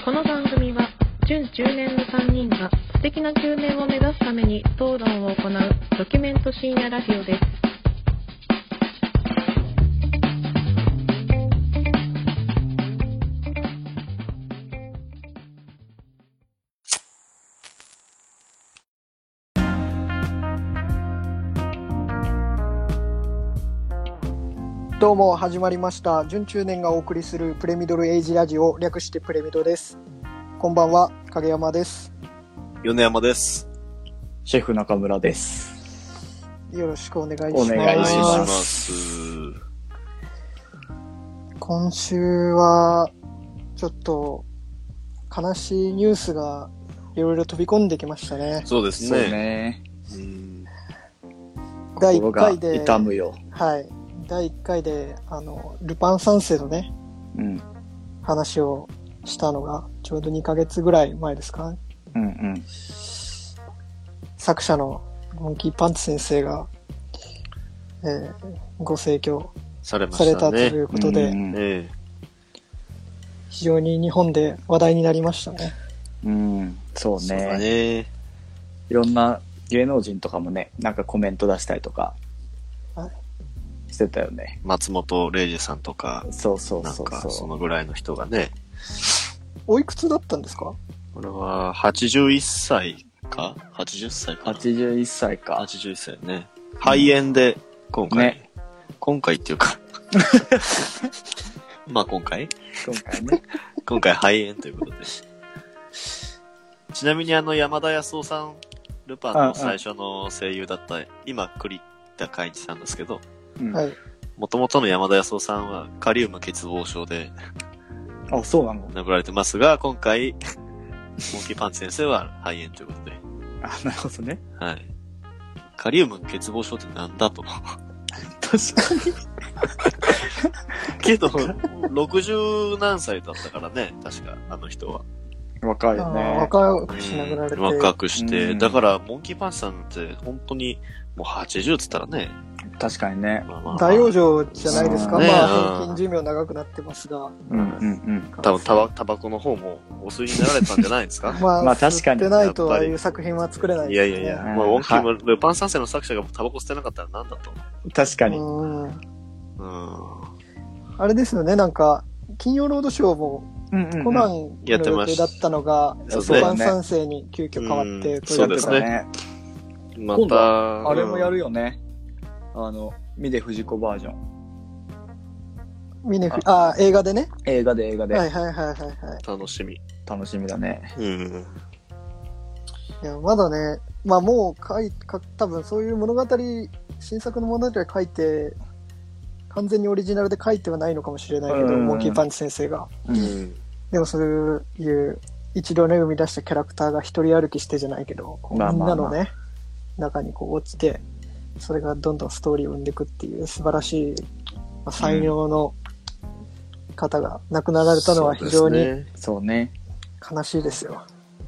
この番組は準10年の3人が素敵な9年を目指すために討論を行うドキュメント深夜ラジオです。 どうも始まりました。準中年がお送りするプレミドルエイジラジオ、略してプレミドです。こんばんは、影山です。 米山です。 シェフ中村です。 よろしくお願いします。 お願いします。 今週はちょっと悲しいニュースがいろいろ飛び込んできましたね。 そうですそうね。 ね。 第1回で痛むよ。 はい。第1回でルパン三世のね、話をしたのがちょうど2ヶ月ぐらい前ですか。作者のモンキーパンチ先生が、ご逝去されたということで、非常に日本で話題になりましたね。 そうね。 そうだね。 いろんな芸能人とかもね、なんかコメント出したりとかしてたよね。 松本零士さんとか、 そうなんかそのぐらいの人がね。 おいくつだったんですか？ これは81歳か ?80 歳かな。 81歳か。 81歳ね。肺炎で今回、 ね、 今回っていうかまあ今回ね。 今回肺炎ということで。ちなみに山田康夫さん、ルパンの最初の声優だった、今栗田海一さんですけど、もともとの山田康夫さんはカリウム欠乏症で、 あ、そうなの？ 亡くなられてますが、今回、モンキーパンチ先生は肺炎ということで。 あ、なるほどね。 はい。カリウム欠乏症ってなんだと。 確かに。 けど、60何歳だったからね、確か、あの人は。 若いよね。 若くしなくなれて。 若くして。だから、モンキーパンチさんって本当にもう80っつったらね。 確かにね。 大往生じゃないですか。 ね、 まあ、平均寿命長くなってますが。 多分タバコの方もお吸いになられたんじゃないですか。 まあ確かに。 吸ってないとああいう作品は作れないですね。 いや。まあ、モンキーもルパン三世の作者がタバコ吸ってなかったらなんだと。 確かに。 あれですよね、なんか、金曜ロードショーも、コナンの予定だったのが、ルパン三世に急遽変わって、 そうですね。 また、あれもやるよね。ミデフジコバージョン。 映画でね。 映画で。 はい。 楽しみだね。 いや、まだね、まあもう多分そういう物語、新作の物語書いて、完全にオリジナルで書いてはないのかもしれないけど、モンキーパンチ先生が。でもそういう一度ね生み出したキャラクターが一人歩きしてじゃないけど、みんなのね、中にこう落ちて、それがどんどんストーリーを生んでいくっていう素晴らしい、才能の方が亡くなられたのは非常に悲しいですよ。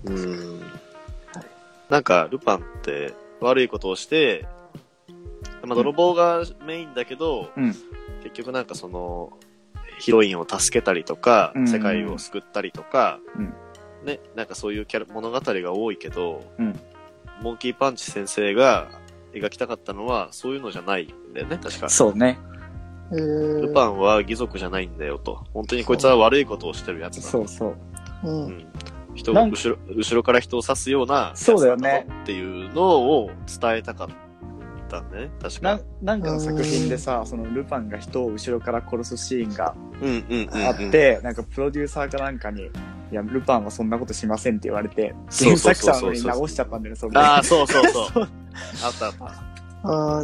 なんかルパンって悪いことをして、まあ、泥棒がメインだけど、結局なんかそのヒロインを助けたりとか、世界を救ったりとか、ね、なんかそういう物語が多いけど、モンキーパンチ先生が描きたかったのはそういうのじゃないんだよね、確か。 そうね。 ルパンは義賊じゃないんだよと。本当にこいつは悪いことをしてるやつだと。 そう。 人を後ろから人を刺すようなやつだっていうのを伝えたかったね、確か。 なんかの作品でさ、そのルパンが人を後ろから殺すシーンがあって、なんかプロデューサーかなんかに、いや、ルパンはそんなことしませんって言われて、原作者のに直しちゃったんだよね、それで。 ああ、そう。あった。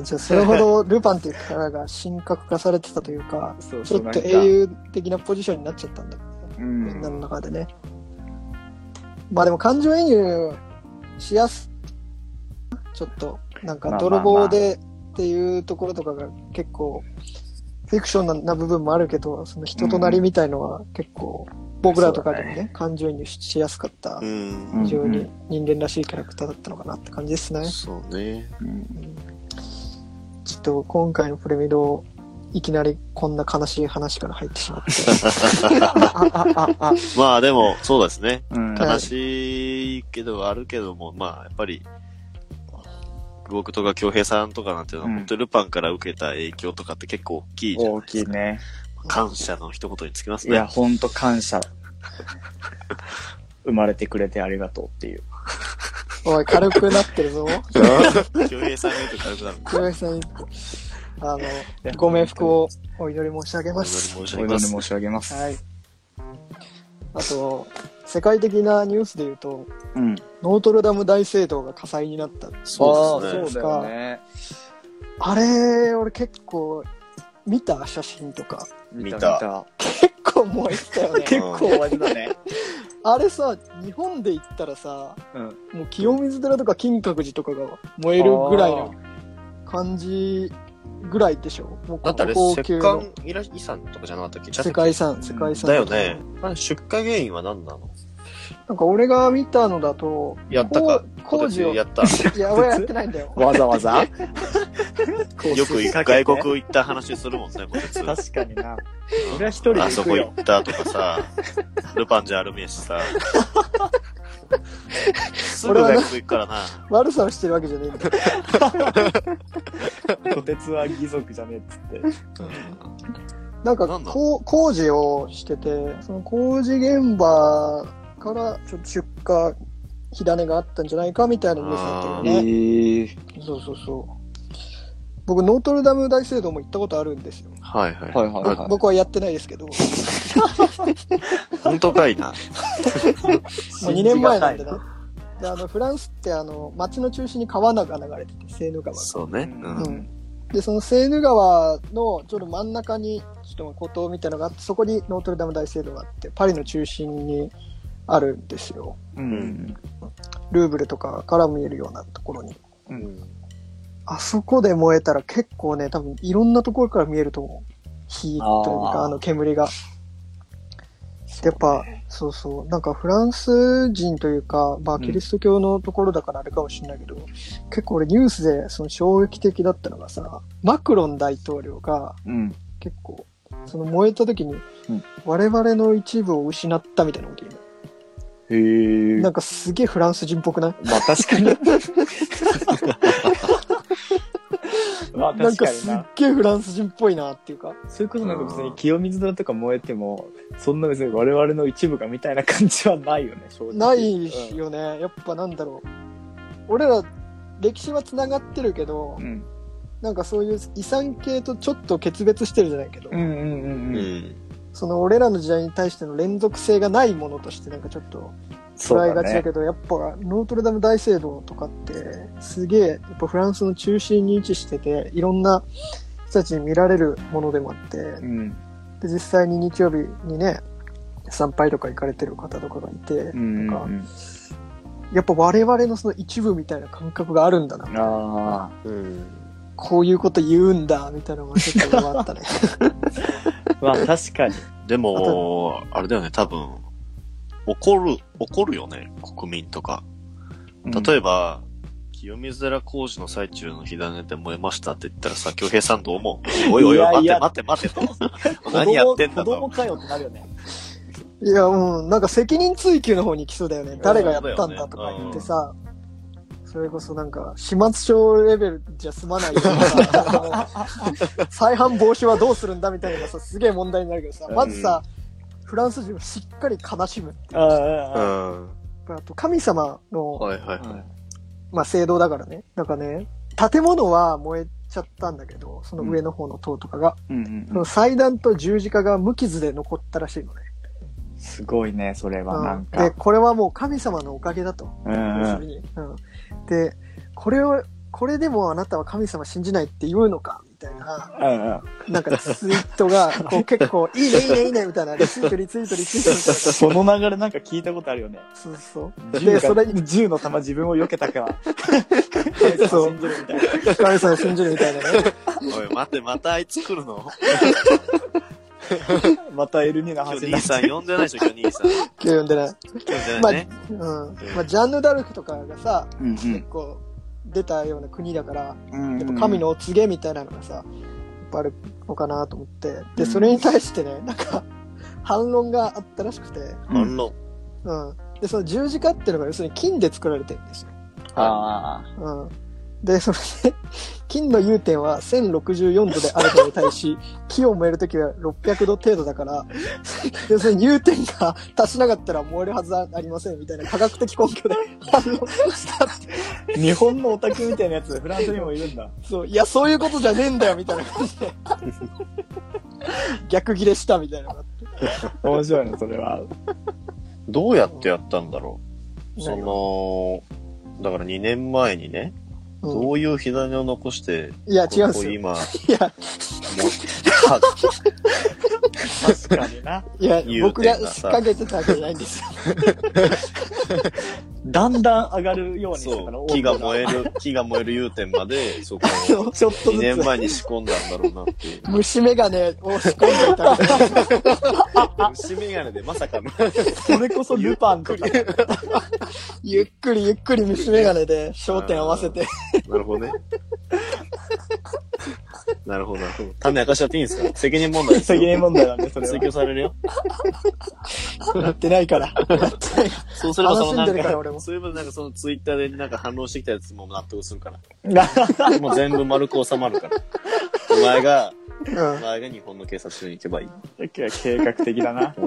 じゃあそれほどルパンっていうキャラが神格化されてたというか、ちょっと英雄的なポジションになっちゃったんだよね、みんなの中でね。まあでも感情移入しやす、ちょっとなんか泥棒でっていうところとかが結構フィクションな部分もあるけど、その人となりみたいのは結構僕らとかでもね、感情移入しやすかった、非常に人間らしいキャラクターだったのかなって感じですね。 そうね。 ちょっと今回のプレミドいきなりこんな悲しい話から入ってしまって。 まあでも、そうですね。悲しいけど、あるけども、まあやっぱり、僕とか京平さんとかなんていうのは、本当にルパンから受けた影響とかって結構大きいじゃないですか。大きいね。感謝の一言につきますね。 いや、ほんと感謝。生まれてくれてありがとうっていう。 おい、軽くなってるぞ。 京平さんが言うと軽くなる。 京平さんご冥福をお祈り申し上げます。 お祈り申し上げます。 はい。あと、世界的なニュースで言うと、ノートルダム大聖堂が火災になった。 そうですね。 そうだよね。 あれ、俺結構、見た写真とか。 見た。 結構燃えてたよね。 結構燃えてたね。 あれさ、日本で言ったらさ、もう清水寺とか金閣寺とかが燃えるぐらいの感じぐらいでしょ。もうだってあれ、石棺遺産とかじゃなかったっけ？ 世界遺産。 だよね。出火原因は何なの？ なんか俺が見たのだと、 やったか。 工事を。 やった。 いや、俺やってないんだよ。 わざわざよく外国行った話するもんね、こいつ。 確かにな。俺は一人で行くよ。 あそこ行ったとかさ、ルパンじゃあるめえしさ。すぐ外国行くからな。 悪さをしてるわけじゃねえんだよ。 こてつは義足じゃねえっつって。 なんか工事をしてて、その工事現場からちょっと出火、火種があったんじゃないかみたいなニュースだったよね。そう。僕、ノートルダム大聖堂も行ったことあるんですよ。 はい。 僕はやってないですけど。 本当かいな。 もう2年前なんでね。で、フランスって街の中心に川が流れてて、セーヌ川が。 そうね。 で、そのセーヌ川のちょっと真ん中に、ちょっと孤島みたいなのがあって、そこにノートルダム大聖堂があって、パリの中心にあるんですよ。ルーブルとかから見えるようなところに。あそこで燃えたら結構ね、多分いろんなところから見えると思う。火というか、煙が。やっぱ、そう。なんかフランス人というか、まあキリスト教のところだからあれかもしれないけど、結構俺ニュースでその衝撃的だったのがさ、マクロン大統領が、結構、その燃えた時に、我々の一部を失ったみたいなこと言うの。なんかすげえフランス人っぽくない？ まあ確かに。まあ確かにな。 なんかすっげえフランス人っぽいなっていうか。 そういうことなんか別に清水寺とか燃えても、そんな別に我々の一部がみたいな感じはないよね、正直。 ないよね。やっぱなんだろう。俺ら歴史は繋がってるけど、なんかそういう遺産系とちょっと決別してるじゃないけど、その俺らの時代に対しての連続性がないものとしてなんかちょっと捉えがちだけど、やっぱノートルダム大聖堂とかってすげえやっぱフランスの中心に位置してて、いろんな人たちに見られるものでもあって、で実際に日曜日にね参拝とか行かれてる方とかがいて、なんかやっぱ我々のその一部みたいな感覚があるんだな。こういうこと言うんだみたいなのがちょっとあったね。 まあ確かに。 でもあれだよね、多分怒るよね、国民とか。例えば、清水寺工事の最中の火種で燃えましたって言ったらさ、京平さんどう思う？おい待てと。何やってんだと。 子供かよってなるよね。 いや、なんか責任追及の方に来そうだよね。誰がやったんだとか言ってさ、それこそなんか、始末書レベルじゃ済まないような、再犯防止はどうするんだみたいなのがさ、すげえ問題になるけどさ、まずさ、フランス人はしっかり悲しむ。あと、神様の、まあ、聖堂だからね。なんかね、建物は燃えちゃったんだけど、その上の方の塔とかが、その祭壇と十字架が無傷で残ったらしいのね。 すごいね、それはなんか。 で、これはもう神様のおかげだと。要するに。で、これでもあなたは神様信じないって言うのかみたいな、なんかツイートが、こう結構、いいねみたいな、リツイートみたいな。 その流れなんか聞いたことあるよね。 そう。 で、銃の弾自分を避けたから、 そう。神様信じるみたいなね。 おい、待って、またあいつ来るの？ またエルニーナ発生になって。兄さん呼んでないでしょ、今日兄さん。 今日呼んでない。 ね。 まあ、ジャンヌ・ダルクとかがさ、結構出たような国だから、やっぱ神のお告げみたいなのがさ、 ぱあるのかなと思って。で、それに対してね、なんか、反論があったらしくて。 反論。 うん。で、その十字架っていうのが要するに金で作られてるんですよ。 ああ。 うん。で、それで、金の融点は1064度であるのに対し、木を燃えるときは600度程度だから、要するに融点が達しなかったら燃えるはずはありませんみたいな科学的根拠で反論したって。 日本のオタクみたいなやつ、フランスにもいるんだ。 そう、いや、そういうことじゃねえんだよみたいな感じで。逆ギレしたみたいなのがあって。 面白いね、それは。 どうやってやったんだろう。だから2年前にね、どういう火種を残して、 いや、違うんですよ。 今、 いや、 確かにな。 いや、僕が仕掛けてたわけじゃないんですよ。 だんだん上がるようにしたから、 木が燃える融点まで、そこをちょっとずつ 2年前に仕込んだんだろうなっていう。 虫眼鏡を仕込んでた。 虫眼鏡でまさかの。 それこそルパンとか。 ゆっくり虫眼鏡で焦点合わせて。 なるほどね。なるほど。種明かしちゃっていいんですか？責任問題ですよ。 責任問題だね、それは。 追及されるよ。 やってないから。 そうすればそのなんか、 もそういえばなんかそのツイッターでなんか反論してきたやつも納得するから。もう全部丸く収まるから。お前が日本の警察署に行けばいい。 計画的だな。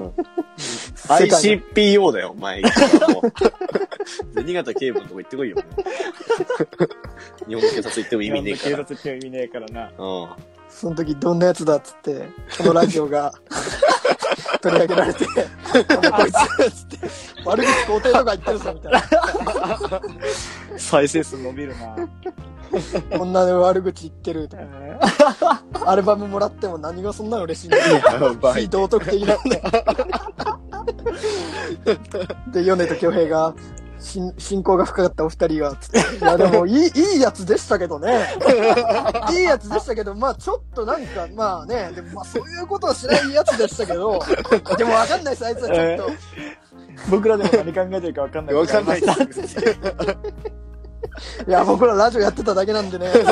ICPO だよ、お前。銭形警部のとこ行ってこいよ。日本の警察行っても意味ねえから。 日本の警察行っても意味ねえからな。 うん。 その時どんなやつだっつって、このラジオが取り上げられて、こいつつって、悪口肯定とか言ってるぞみたいな。 再生数伸びるな。 こんな悪口言ってるとか。アルバムもらっても何がそんなの嬉しいんだよ。非道徳的なんだよ。で、米と恭平が、親交が深かったお二人が、つって。いやでもいいやつでしたけどね。いいやつでしたけど、まあちょっとなんか、まあね、でもまあそういうことはしないやつでしたけど、でもわかんないです、あいつはちょっと。 僕らでも何考えてるかわかんない。 わかんないです。 いや、僕らラジオやってただけなんでね。 い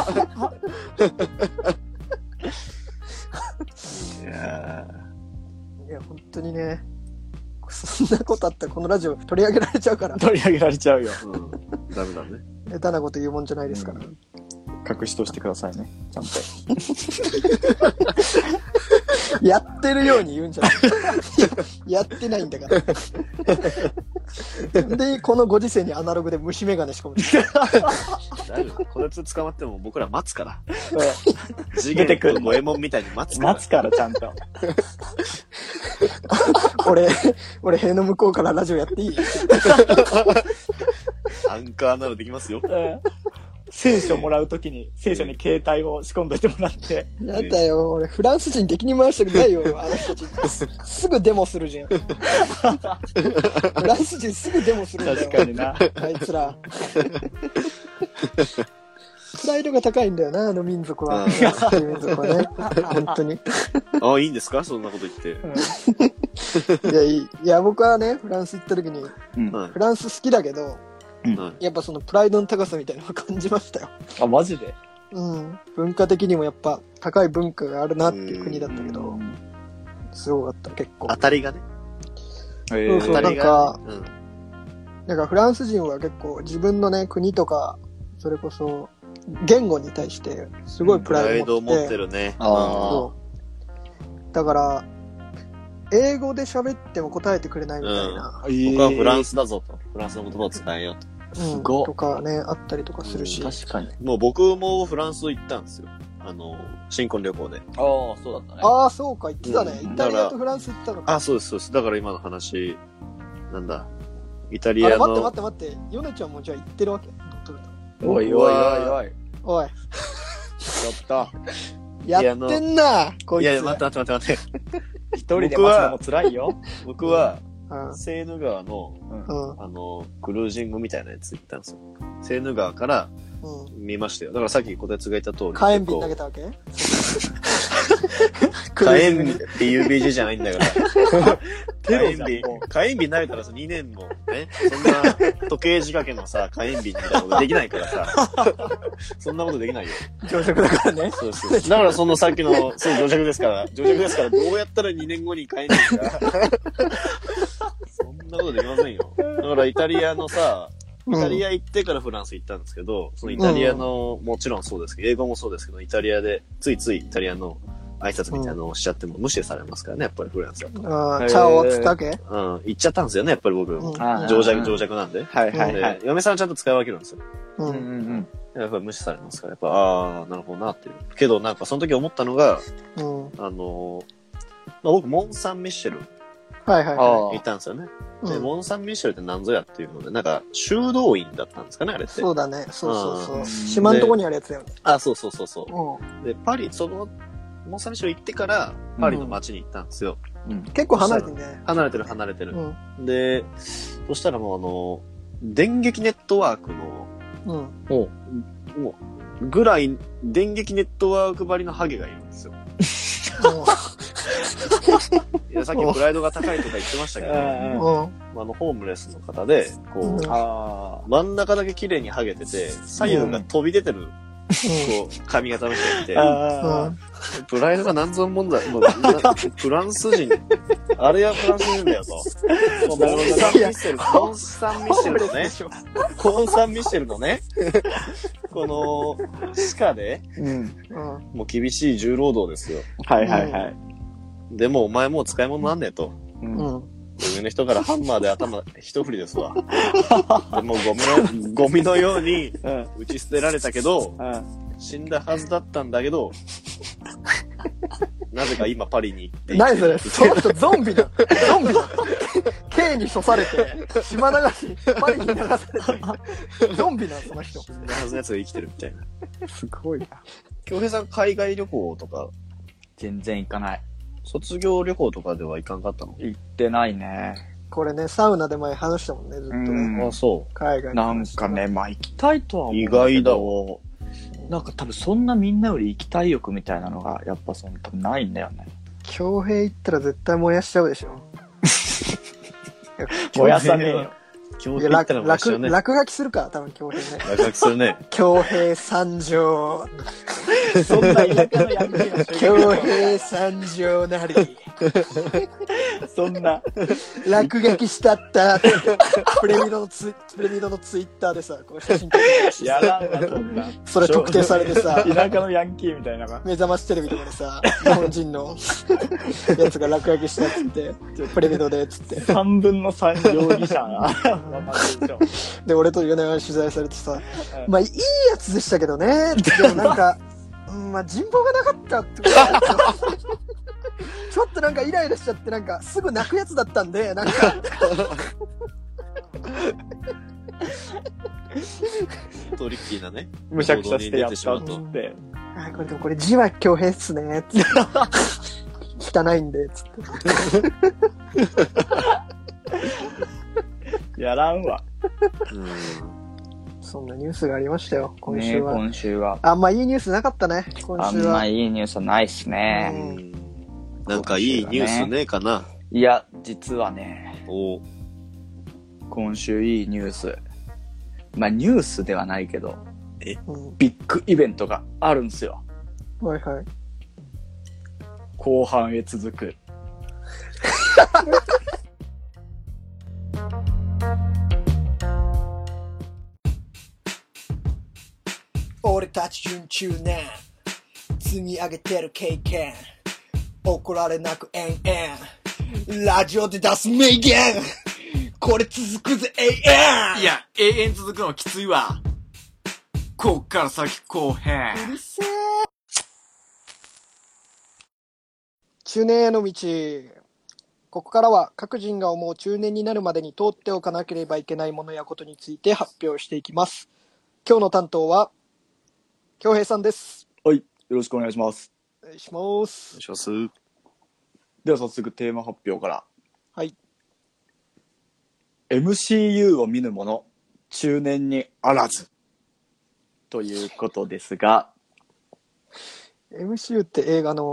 や、 本当にね。そんなことあったらこのラジオ取り上げられちゃうから。 取り上げられちゃうよ。 ダメだね。 下手なこと言うもんじゃないですから。 隠しとしてくださいね。ちゃんと。 やってるように言うんじゃない。やってないんだから。で、このご時世にアナログで虫眼鏡しかも。 大丈夫。こいつ捕まっても僕ら待つから。次元と五右衛門みたいに待つから。 待つから、ちゃんと。 俺、塀の向こうからラジオやっていい？ アンカーならできますよ。 聖書もらうときに、聖書に携帯を仕込んどいてもらって。 やだよ、俺、フランス人敵に回したくないよ、あの人たち。すぐデモするじゃん。フランス人すぐデモするんだよ。 確かにな。 あいつら。プライドが高いんだよな、あの民族は。民族はね。本当に。 ああ、いいんですかそんなこと言って。 いや、僕はね、フランス行った時に、フランス好きだけど、やっぱそのプライドの高さみたいなのを感じましたよ。 あ、マジで？ うん。文化的にもやっぱ高い文化があるなっていう国だったけど、すごかった、結構。 当たりがね。 そうそう、なんかフランス人は結構自分のね、国とか、それこそ、言語に対してすごいプライドを持ってるね。 だから英語で喋っても答えてくれないみたいな。 僕はフランスだぞと。フランスの言葉を使えよと。 とかね、あったりとかするし。 確かに。 もう僕もフランス行ったんですよ。新婚旅行で。 ああ、そうだったね。 ああ、そうか、行ってたね。イタリアとフランス行ったのか。 あ、そうです、そうです。だから今の話、なんだ、イタリアの。 待って。ヨネちゃんもじゃあ行ってるわけ？ おい。 おい。 ちょっと。 やってんな、こいつ。 いや、待って。 一人で待つのも辛いよ。 僕は、セーヌ川の、クルージングみたいなやつ行ったんですよ。セーヌ川から見ましたよ。だからさっき小鉄が言った通り。 火炎瓶投げたわけ？ 火炎日っていう BG じゃないんだから。火炎日になれたらさ、2年もね、そんな時計仕掛けのさ、火炎日みたいなことできないからさ。そんなことできないよ。 情弱だからね。 そうそう。だからそのさっきの、そう、情弱ですから、どうやったら2年後に火炎日が。そんなことできませんよ。だからイタリアのさ、イタリア行ってからフランス行ったんですけど、そのイタリアの、もちろんそうですけど、英語もそうですけど、イタリアで、ついついイタリアの挨拶みたいなのをしちゃっても無視されますからね、やっぱりフランスだと。 ああ、チャオっつったっけ？ 行っちゃったんですよね、やっぱり僕。情弱なんで。 はいはいはい。 嫁さんはちゃんと使い分けるんですよ。やっぱり無視されますから、やっぱ、なるほどなっていう。けどなんかその時思ったのが、僕、モン・サン・ミッシェル。行ったんですよね。で、モン・サン・ミッシェルって何ぞやっていうので、なんか、修道院だったんですかね、あれって。 そうだね。そう。島のとこにあるやつだよね。 そう。で、パリ、モン・サン・ミッシェル行ってから、パリの街に行ったんですよ。 結構離れてるね。 離れてる。で、そしたらもう電撃ネットワークの、もう、ぐらい、電撃ネットワークばりのハゲがいるんですよ。いや、さっきプライドが高いとか言ってましたけど、ホームレスの方で、こう、真ん中だけ綺麗にハゲてて、左右が飛び出てる、こう、髪型の人がいて、プライドが何存問題、フランス人、あれはフランス人だよと。モン・サン・ミッシェルのね、この、地下で、もう厳しい重労働ですよ。 はいはいはい。 でもお前もう使い物なんねえと。上の人からハンマーで頭一振りですわ。でもゴミのように打ち捨てられたけど、死んだはずだったんだけど、なぜか今パリに行って。 何それ？その人ゾンビだ。K に刺されて、島流し、パリに流されて、ゾンビなの、その人。 死んだはずのやつが生きてるみたいな。 すごいな。 京平さん海外旅行とか全然行かない。 卒業旅行とかでは行かんかったの？ 行ってないね。 これね、サウナで前話したもんね、ずっとね。 あ、そう。 海外なんかね、まあ行きたいとは思う。 意外だわ。 なんか多分そんなみんなより行きたい欲みたいなのが、やっぱ多分ないんだよね。 京平行ったら絶対燃やしちゃうでしょ。 燃やさねえよ。 京平行ったら燃やしちゃうね。 落書きするか、多分京平ね。 落書きするね。 京平参上。 そんな田舎のヤンキーの京平参上なり。 そんな。 落書きしたった。プレミドのツイッターでさ、この写真撮ってやらんわ、そんな。 それ特定されてさ、 田舎のヤンキーみたいな。 目覚ましテレビとかでさ、日本人のやつが落書きしたっつって、プレミドでっつって。 3分の3容疑者が。 で、俺と米山に取材されてさ、まあいいやつでしたけどね、でもなんか、まあ人望がなかったってことはちょっとなんかイライラしちゃってなんかすぐ泣くやつだったんでなんかトリッキーなねむしゃくしゃしてやったっつってこれ字は強兵っすねっつって汚いんでっつってやらんわそんなニュースがありましたよ、今週は。 今週は。 あんまいいニュースなかったね、今週は。 あんまいいニュースはないっすね。 なんかいいニュースねえかな。 いや、実はね、今週いいニュース。まあニュースではないけど、ビッグイベントがあるんすよ。 はいはい。 後半へ続く。 俺たち順中年積み上げてる経験怒られなく延々ラジオで出す名言これ続くぜ永遠いや永遠続くのはきついわこっから先後編うるせえ中年への道ここからは各人が思う中年になるまでに通っておかなければいけないものやことについて発表していきます。今日の担当は京平さんです。 はい、よろしくお願いします。 お願いします。 お願いします。 では早速テーマ発表から。 はい。 MCU を見ぬ者、中年にあらず。ということですが。 MCU って映画の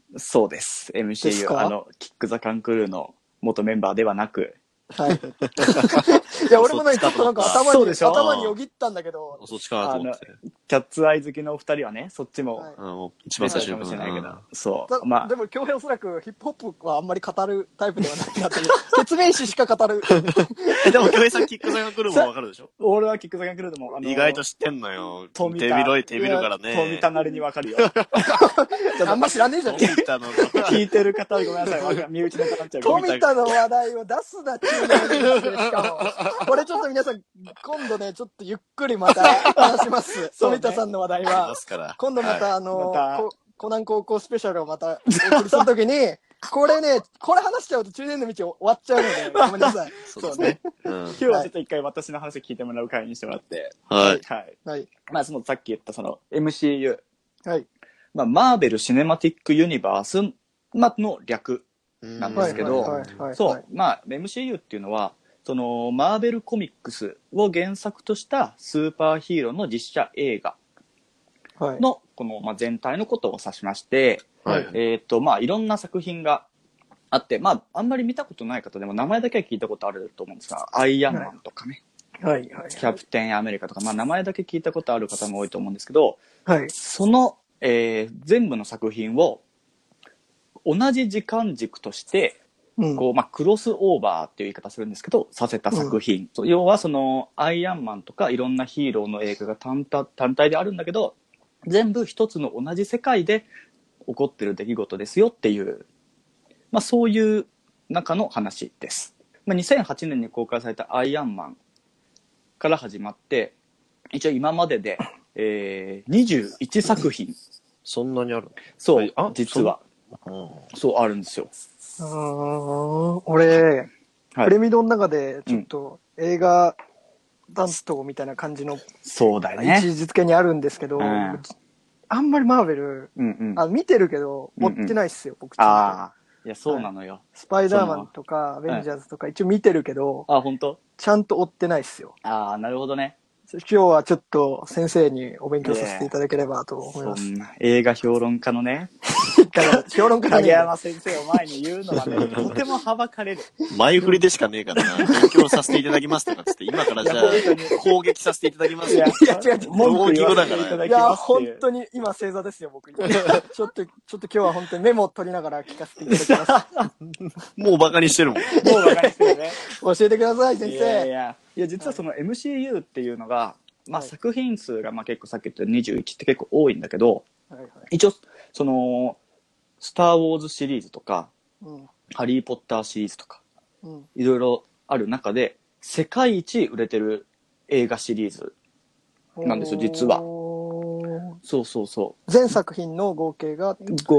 そうです。MCU、キック・ザ・カンクルーの元メンバーではなく、 はい。いや、俺もね、ちょっとなんか頭によぎったんだけど。 そっちかなと思って。 キャッツアイ好きのお二人はね、そっちも。 一番最初かもしれないけど。そう。 まあ。でも、京平おそらくヒップホップはあんまり語るタイプではないなっていう。説明詞しか語る。 でも、京平さんキックザカンクルーもわかるでしょ？ 俺はキックザカンクルーでも、 意外と知ってんのよ。手広いからね。 富田なりにわかるよ。 あんま知らねえじゃねえか。 聞いてる方はごめんなさい。身内の方になっちゃう。 富田の話題を出すなっていうのしかも。これちょっと皆さん、今度ね、ちょっとゆっくりまた話します。富田さんの話題は。今度またコナン高校スペシャルをまたお送りするときに、これ話しちゃうと中年の道終わっちゃうので、ごめんなさい。 そうね。今日はちょっと一回私の話聞いてもらう回にしてもらって。 はい。 はい。まあ、さっき言ったMCU。 はい。 まあ、マーベル・シネマティック・ユニバースの略なんですけど、そう。まあ、MCU っていうのは、マーベルコミックスを原作としたスーパーヒーローの実写映画の、全体のことを指しまして、まあ、いろんな作品があって、まあ、あんまり見たことない方でも名前だけは聞いたことあると思うんですが、アイアンマンとかね、キャプテンアメリカとか、まあ、名前だけ聞いたことある方も多いと思うんですけど、その、全部の作品を同じ時間軸として、まあ、クロスオーバーっていう言い方するんですけど、させた作品。要はアイアンマンとかいろんなヒーローの映画が単体であるんだけど、全部一つの同じ世界で起こってる出来事ですよっていう、まあ、そういう中の話です。まあ、2008年に公開されたアイアンマンから始まって、一応今までで、21作品。 そんなにある？ そう、 実は。そう、あるんですよ。 俺、プレミドの中で、ちょっと映画担当みたいな感じの、 そうだよね。 位置づけにあるんですけど、あんまりマーベル、見てるけど、追ってないっすよ、僕。 ああ、いや、そうなのよ。 スパイダーマンとか、アベンジャーズとか一応見てるけど、 本当？ ちゃんと追ってないっすよ。 なるほどね。 今日はちょっと先生にお勉強させていただければと思います。 そんな映画評論家のね、 評論家の影山先生を前に言うのはね、とてもはばかれる。 前振りでしかねえからな。勉強させていただきますとかつって、今からじゃあ攻撃させていただきます。 いや違う。 文句言わせていただきます。 いや、本当に今正座ですよ、僕。ちょっと今日は本当にメモを取りながら聞かせていただきます。 もうバカにしてるもん。 もうバカにしてるね。 教えてください、先生。 いや、実はMCU っていうのが、まあ、作品数が結構さっき言った21って結構多いんだけど、一応スター・ウォーズシリーズとか、ハリー・ポッターシリーズとか、いろいろある中で世界一売れてる映画シリーズなんですよ、実は。そう。 全作品の合計が。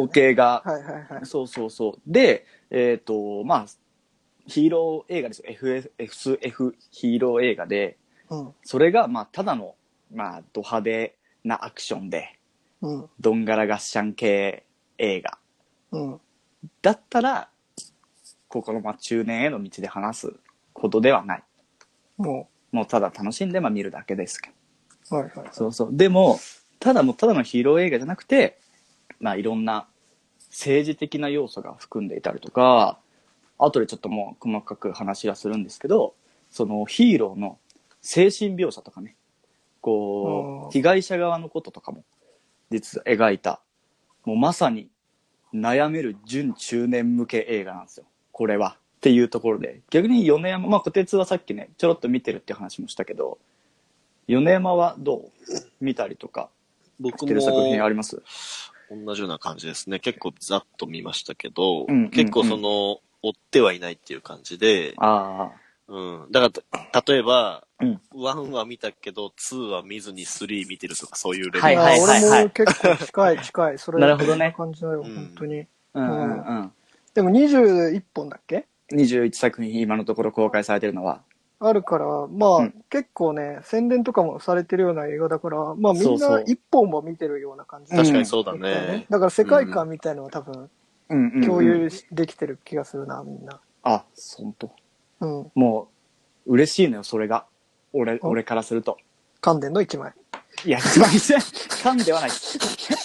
そう。で、まあ、ヒーロー映画ですよ。SF ヒーロー映画で、それが、まあ、ただの、まあ、ド派手なアクションで、どんがらがっしゃん系映画。だったら、ここの、まあ、中年への道で話すことではない。もうただ楽しんで、まあ、見るだけですけど。そう。でも、ただのヒーロー映画じゃなくて、まあ、いろんな政治的な要素が含んでいたりとか、後でちょっともう細かく話はするんですけど、ヒーローの精神描写とかね、被害者側のこととかも実は描いた、もうまさに悩める準中年向け映画なんですよ、これは。っていうところで、逆に米山、まあ小鉄はさっきねちょろっと見てるって話もしたけど、米山はどう見たりとかしてる作品あります？ 同じような感じですね。結構ざっと見ましたけど、結構追ってはいないっていう感じで、だから例えば、1は見たけど2は見ずに3見てるとか、そういうレベル。 俺も結構近いそれ。 なるほどね。 感じだよ、本当に。でも21本だっけ ？21作品今のところ公開されてるのはあるから、まあ、結構ね宣伝とかもされてるような映画だから、まあみんな1本は見てるような感じ。 確かにそうだね。 だから世界観みたいのは多分共有できてる気がするな、みんな。 あ、本当。もう嬉しいのよ、それが。俺からすると。 関電の1枚。 いや、1枚噛んではない。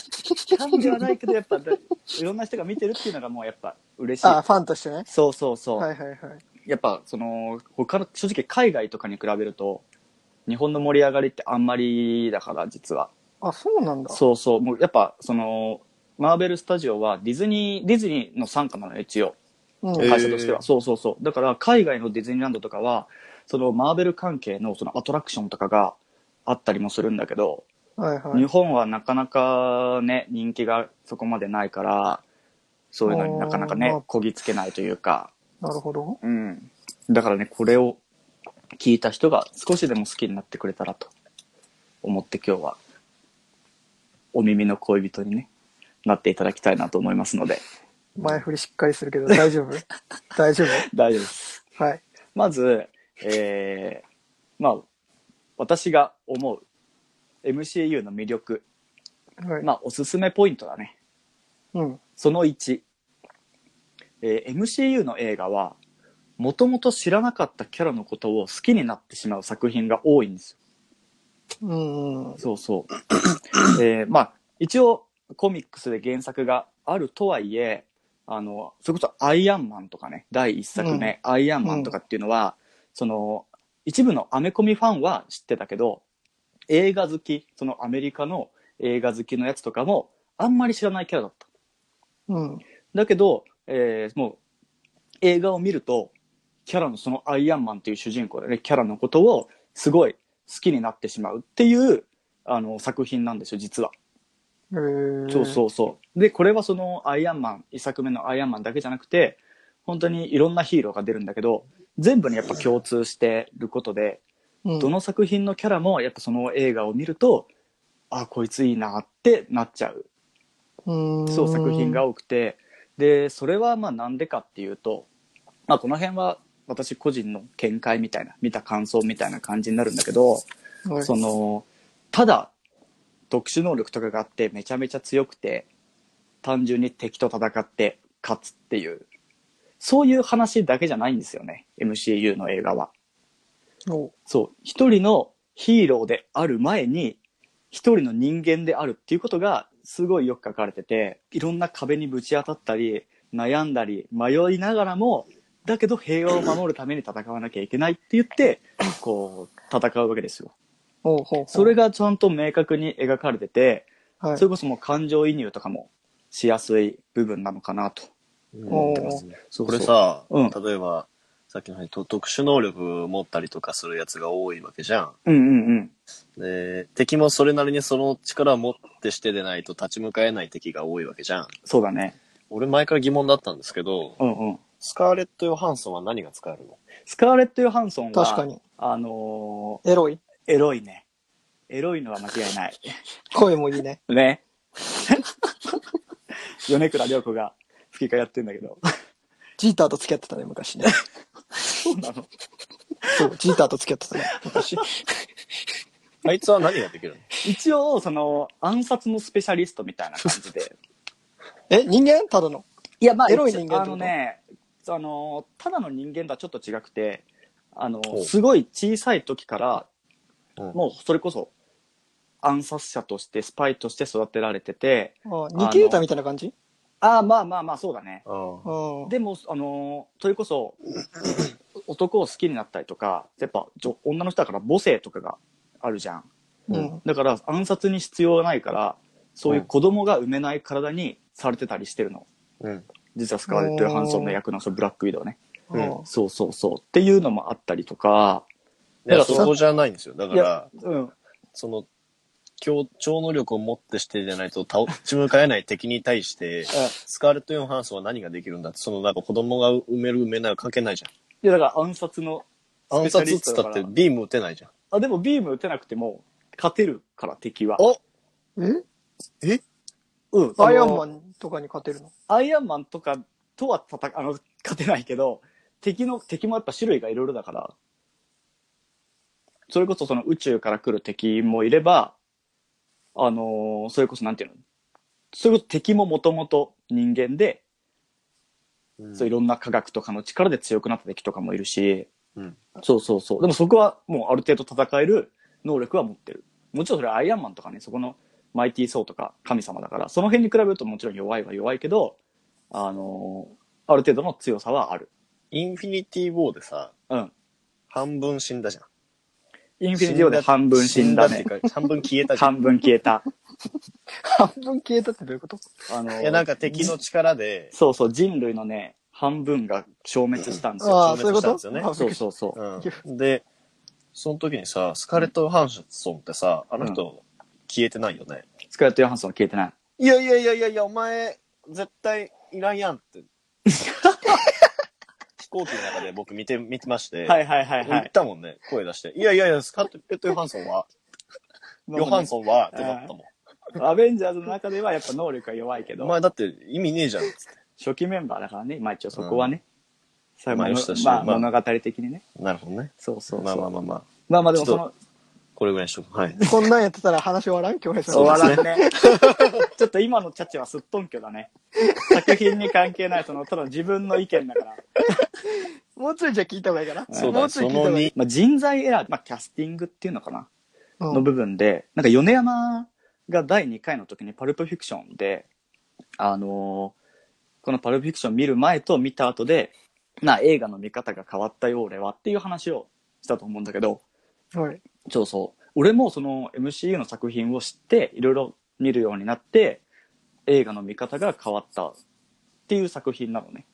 ファンではないけど、やっぱ、いろんな人が見てるっていうのがもうやっぱ嬉しい。 あ、ファンとしてね。 そうそうそう。 はいはいはい。 やっぱ、他の、正直海外とかに比べると、日本の盛り上がりってあんまりだから、実は。 あ、そうなんだ。 そうそう。もうやっぱ、マーベルスタジオはディズニーの傘下なの、一応。会社としては。そうそうそう。だから、海外のディズニーランドとかは、マーベル関係のアトラクションとかがあったりもするんだけど、 はいはい、 日本はなかなかね、人気がそこまでないから、そういうのになかなかね、こぎつけないというか。 なるほど。 うん。だからね、これを聞いた人が少しでも好きになってくれたらと思って今日は、お耳の恋人にね、なっていただきたいなと思いますので。 前振りしっかりするけど大丈夫大丈夫大丈夫です。 はい。 まず、まあ、私が思う MCU の魅力、 はい、 まあ、おすすめポイントだね。 うん。 その1、MCU の映画は、もともと知らなかったキャラのことを好きになってしまう作品が多いんですよ。うん。 そうそう。まあ、一応、コミックスで原作があるとはいえ、それこそアイアンマンとかね、第1作目、アイアンマンとかっていうのは、一部のアメコミファンは知ってたけど、映画好き、アメリカの映画好きのやつとかも、あんまり知らないキャラだった。 うん。 だけど、もう、映画を見ると、キャラのアイアンマンっていう主人公でね、キャラのことをすごい好きになってしまうっていう、作品なんですよ、実は。そうそうそう。で、これはアイアンマン、一作目のアイアンマンだけじゃなくて、本当にいろんなヒーローが出るんだけど、全部にやっぱ共通してることで、どの作品のキャラもやっぱその映画を見ると、あ、こいついいなってなっちゃう。そう作品が多くて、で、それはまあなんでかっていうと、まあこの辺は私個人の見解みたいな、見た感想みたいな感じになるんだけど、ただ、特殊能力とかがあってめちゃめちゃ強くて、単純に敵と戦って勝つっていう、そういう話だけじゃないんですよね、MCU の映画は。そう、一人のヒーローである前に、一人の人間であるっていうことがすごいよく書かれてて、いろんな壁にぶち当たったり、悩んだり、迷いながらも、だけど平和を守るために戦わなきゃいけないって言って、こう、戦うわけですよ。それがちゃんと明確に描かれてて、はい、それこそもう感情移入とかもしやすい部分なのかなと思ってますね。 これさ、例えば、さっきのように特殊能力持ったりとかするやつが多いわけじゃん。 うんうんうん。 で、敵もそれなりにその力を持ってしてでないと立ち向かえない敵が多いわけじゃん。 そうだね。 俺前から疑問だったんですけど、スカーレット・ヨハンソンは何が使えるの？ スカーレット・ヨハンソンは、 確かに。 エロい。エロいね。エロいのは間違いない。 声もいいね。 ね。米倉涼子が吹き替えやってんだけど。 ジーターと付き合ってたね、昔ね。 そうなの？ そう、ジーターと付き合ってたね、昔。 あいつは何ができるの？ 一応、暗殺のスペシャリストみたいな感じで。 人間？ただの。 いや、まあ、 エロい人間ってこと？ ただの人間とはちょっと違くて、すごい小さい時から、もうそれこそ暗殺者としてスパイとして育てられてて、 ニキータみたいな感じ？ まあそうだね。でもそれこそ男を好きになったりとか、やっぱ女の人だから母性とかがあるじゃん。だから暗殺に必要ないから、そういう子供が産めない体にされてたりしてるの。実はスカーレット・ヨハンソンの役のブラックウィドウね。そうそうそうっていうのもあったりとか。 いや、そこじゃないんですよ。だから、超能力を持ってしてじゃないと立ち向かえない敵に対して、スカーレット・ヨハンソンは何ができるんだって、なんか子供が産める産めないは関係ないじゃん。 いや、だから暗殺の暗殺っつったってビーム撃てないじゃん。 でもビーム撃てなくても勝てるから敵は。 アイアンマンとかに勝てるの？ アイアンマンとかとは勝てないけど、敵もやっぱ種類がいろいろだから、それこそ宇宙から来る敵もいれば、それこそなんていうの？それこそ敵ももともと人間で、そういろんな科学とかの力で強くなった敵とかもいるし、そうそうそう。でもそこはもうある程度戦える能力は持ってる。もちろんそれはアイアンマンとかね、そこのマイティー・ソーとか神様だから、その辺に比べるともちろん弱いは弱いけど、ある程度の強さはある。 インフィニティ・ウォーでさ、 うん。 半分死んだじゃん。 インフィニティ・ウォーで半分死んだね。 半分消えたじゃん。 半分消えた。 半分消えたってどういうこと？ いや、なんか敵の力で。 そうそう、人類のね、半分が消滅したんですよ。 ああ、 消滅したんですよね。 そうそうそう。 うん。で、その時にさ、スカーレット・ヨハンソンってさ、あの人、消えてないよね。 スカーレット・ヨハンソンは消えてない。 いやいやいやいやいや、お前、絶対いらんやんって。飛行機の中で僕見てまして。 はいはいはいはい。 言ったもんね、声出して。いやいやいや、スカーレット・ヨハンソンは、ヨハンソンはってなったもん。 アベンジャーズの中ではやっぱ能力が弱いけど。 お前だって意味ねえじゃんっつって。 初期メンバーだからね、まあ一応そこはね。 まあ物語的にね。 なるほどね。 そうそう。 まあ。 まあでもその、 これぐらいにしとく。はい。 こんなんやってたら話終わらん？京平さん。 終わらんね。ちょっと今のチャッチはすっとんきょだね。作品に関係ない、ただ自分の意見だから。 もうちょいじゃ聞いた方がいいかな。 そうだ、 もうちょい聞いた方がいい。 まあ人材選び、キャスティングっていうのかな、の部分で、なんか米山が第2回の時にパルプフィクションで、このパルプフィクション見る前と見た後で、映画の見方が変わったよ俺はっていう話をしたと思うんだけど、 はい。 そうそう。俺もその MCU の作品を知っていろいろ見るようになって映画の見方が変わったっていう作品なのね。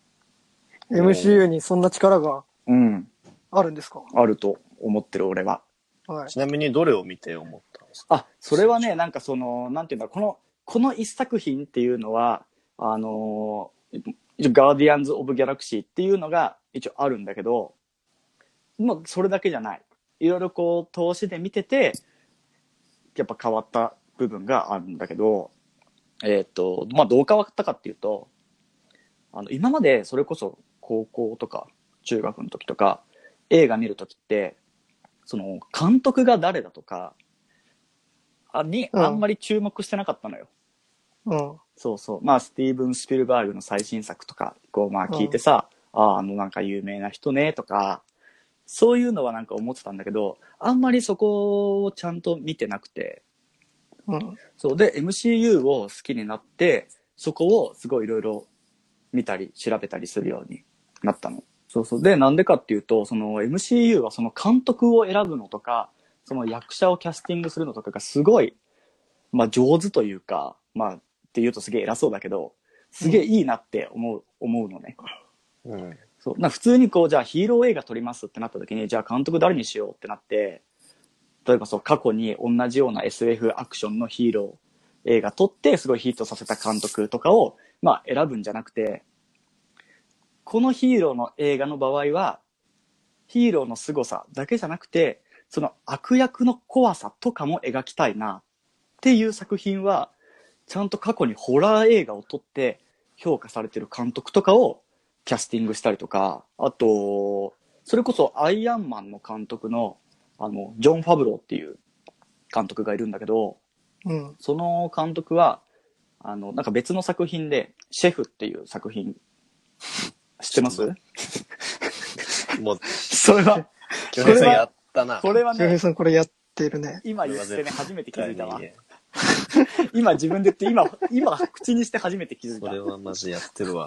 MCU にそんな力があるんですか？ あると思ってる俺は。 はい。 ちなみにどれを見て思ったんですか？ それはね、なんかなんていうんだ、この一作品っていうのは、一応ガーディアンズ・オブ・ギャラクシーっていうのが一応あるんだけど、もうそれだけじゃない。いろいろこう投資で見ててやっぱ変わった部分があるんだけど、まあどう変わったかっていうと、今までそれこそ高校とか中学の時とか映画見る時ってその監督が誰だとかにあんまり注目してなかったのよ。 うん。 そうそう。まあスティーブン・スピルバーグの最新作とかこうまあ聞いてさ、なんか有名な人ねとか。そういうのはなんか思ってたんだけど、あんまりそこをちゃんと見てなくて。 うん。 そうで、MCU を好きになって、そこをすごいいろいろ見たり調べたりするようになったの。そうそう。で、なんでかっていうと、その MCU はその監督を選ぶのとか、その役者をキャスティングするのとかがすごい、まあ上手というか、まあって言うとすげえ偉そうだけど、すげえいいなって思うのね。 うん。 そう普通にこうじゃあヒーロー映画撮りますってなった時にじゃあ監督誰にしようってなって、例えば過去に同じような SF アクションのヒーロー映画撮ってすごいヒットさせた監督とかをまあ選ぶんじゃなくて、このヒーローの映画の場合はヒーローの凄さだけじゃなくてその悪役の怖さとかも描きたいなっていう作品はちゃんと過去にホラー映画を撮って評価されてる監督とかをキャスティングしたりとか、あと、それこそアイアンマンの監督の、ジョン・ファブローっていう監督がいるんだけど、 うん、 その監督は、なんか別の作品で、シェフっていう作品、知ってます？ もう、 それは、 京平さんやったな。 これはね、 京平さんこれやってるね。 今言ってね、初めて気づいたわ。今自分で言って、今口にして初めて気づいた。 これはマジやってるわ。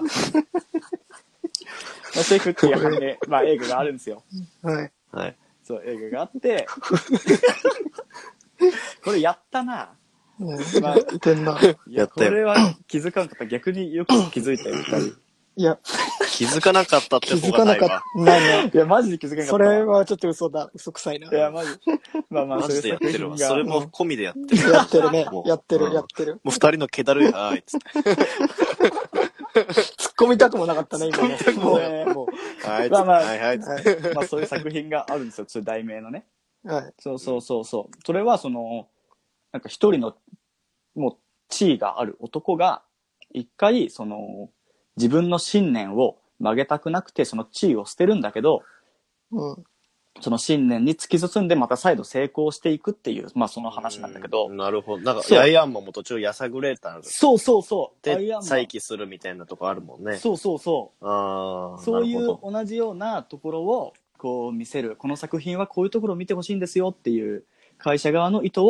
シェフっていうね、まあ映画があるんですよ。 はい。 はい。 そう、映画があって、これやったな。 まあ、いてんな。 やったよ。 これは気づかなかった。逆によく気づいたよ、二人。 いや、 気づかなかったって気づかなかった。ない。 いや、マジで気づかなかった。 それはちょっと嘘くさいな。 いや、マジ。まあ、 マジでやってるわ。それも込みでやってる。 やってるね。やってる。 もう二人の気だるい、はい、つって。 突っ込みたくもなかったね、今ね。 もう、はい、 まあまあ、 はい、 まあそういう作品があるんですよ、そういう題名のね。 はい。 そう。それはなんか一人の、もう、地位がある男が、一回、自分の信念を曲げたくなくて、その地位を捨てるんだけど、 うん。 その信念に突き進んでまた再度成功していくっていう、まあその話なんだけど。 なるほど。なんか、アイアンマンも途中やさぐれたんですそう。 で、再起するみたいなとこあるもんね。 そう。そういう同同じようなところをこう見せる。この作品はこういうところを見てほしいんですよっていう会社側の意図を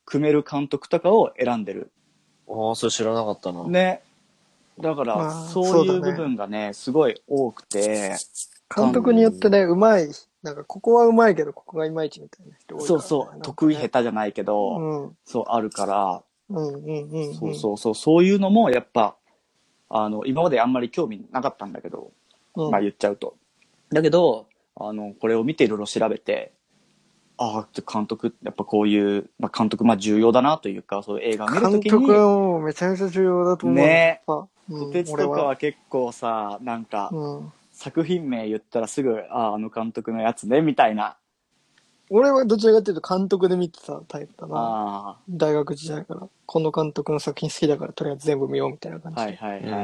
組める監督とかを選んでる。 ああ、それ知らなかったな。 ね。だから、そういう部分がね、すごい多くて。 監督によってね、うまい。なんか、ここはうまいけど、ここがいまいちみたいな人多いから、ね。 そうそう。得意下手じゃないけど、そう、あるから。そういうのも、やっぱ、今まであんまり興味なかったんだけど、まあ言っちゃうと。だけど、これを見ていろいろ調べて、監督、やっぱこういう、まあ監督、まあ重要だなというか、そういう映画を見るときに。 監督はもうめちゃめちゃ重要だと思う。 ね。こてつとかは結構さ、なんか、作品名言ったらすぐ、あの監督のやつね、みたいな。 俺はどちらかというと監督で見てたタイプだな。大学時代から。この監督の作品好きだからとりあえず全部見ようみたいな感じ。 はいはいはい。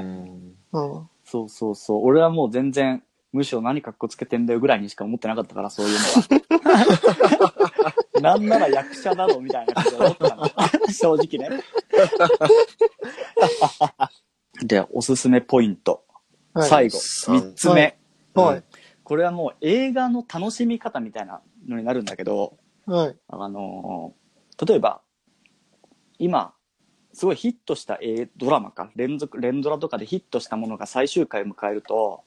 そうそうそう。俺はもう全然、むしろ何かっこつけてんだよぐらいにしか思ってなかったから、そういうのは。なんなら役者だろみたいなこと思ってたの。正直ね。で、おすすめポイント。最後、3つ目。これはもう映画の楽しみ方みたいなのになるんだけど、例えば、今、すごいヒットしたドラマか、連ドラとかでヒットしたものが最終回を迎えると、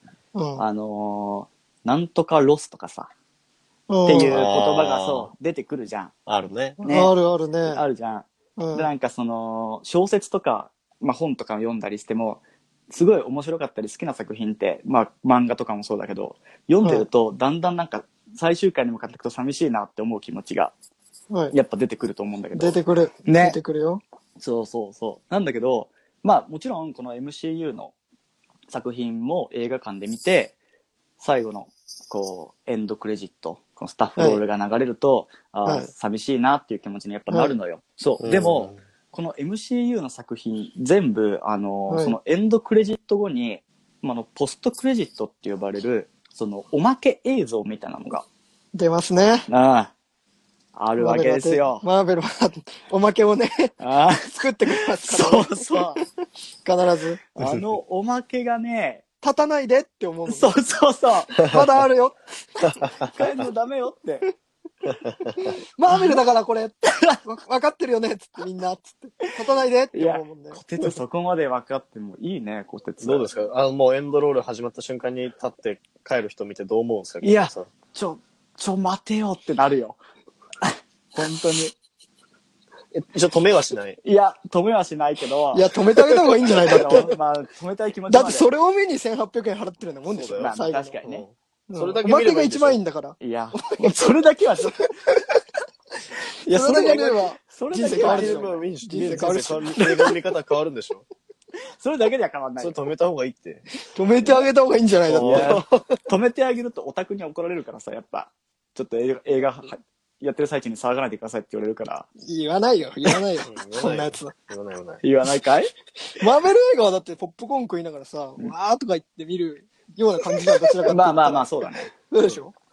なんとかロスとかさ、っていう言葉がそう、出てくるじゃん。 あるね。 あるね。 あるじゃん。で、なんかその、小説とか、まあ本とかを読んだりしても、すごい面白かったり好きな作品って、まあ漫画とかもそうだけど、読んでるとだんだんなんか最終回に向かっていくと寂しいなって思う気持ちが、やっぱ出てくると思うんだけど。 出てくる。ね。出てくるよ。 そうそうそう。なんだけど、まあもちろんこの MCU の作品も映画館で見て、最後のこうエンドクレジット、このスタッフロールが流れると、寂しいなっていう気持ちにやっぱなるのよ。そう。でも、この MCU の作品全部、そのエンドクレジット後に、ポストクレジットって呼ばれる、そのおまけ映像みたいなのが。 出ますね。 あるわけですよ。 マーベルは、おまけをね、作ってくれますから、 そうそう。 必ず。 おまけがね、 立たないでって思う。 そうそうそう。 まだあるよ。 帰るのダメよって。 マーベルだからこれ、分かってるよねっつってみんな、つって。立たないでって思うもんね。 こてつそこまで分かってもいいね、こてつ。 どうですか？もうエンドロール始まった瞬間に立って帰る人見てどう思うんですか？ いや、待てよってなるよ。本当に。 一応止めはしない。 いや、止めはしないけど。 いや、止めてあげた方がいいんじゃないだって。 まあ、止めたい気持ちだってそれを見に1800円払ってるようなもんでしょ。 まあ、確かにね。 それだけおまけが一番いいんだから。 いや、それだけはちょっと。 いや、それだけでは、 人生変わるでしょ。 人生変わるし。 映画の見方変わるんでしょ。 それだけでは変わんない。 それ止めた方がいいって。 止めてあげた方がいいんじゃないだって。 止めてあげるとオタクに怒られるからさ、やっぱ。ちょっと映画やってる最中に騒がないでくださいって言われるから。 言わないよ。そんなやつ。 言わないかい？ マーベル映画はだってポップコーン食いながらさ、わーとか言って見るような感じがどちらかって。 まあ、そうだね。 そうでしょ？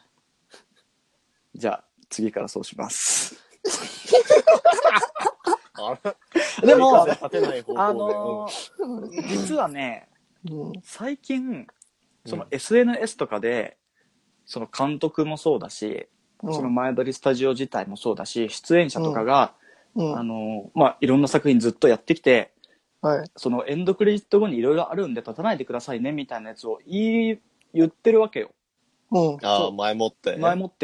じゃあ、次からそうします。 でも、 実はね、最近、その SNS とかで、その監督もそうだし、その前撮りスタジオ自体もそうだし、出演者とかが、いろんな作品ずっとやってきて、そのエンドクレジット後にいろいろあるんで立たないでくださいねみたいなやつを言ってるわけよ。 前もって。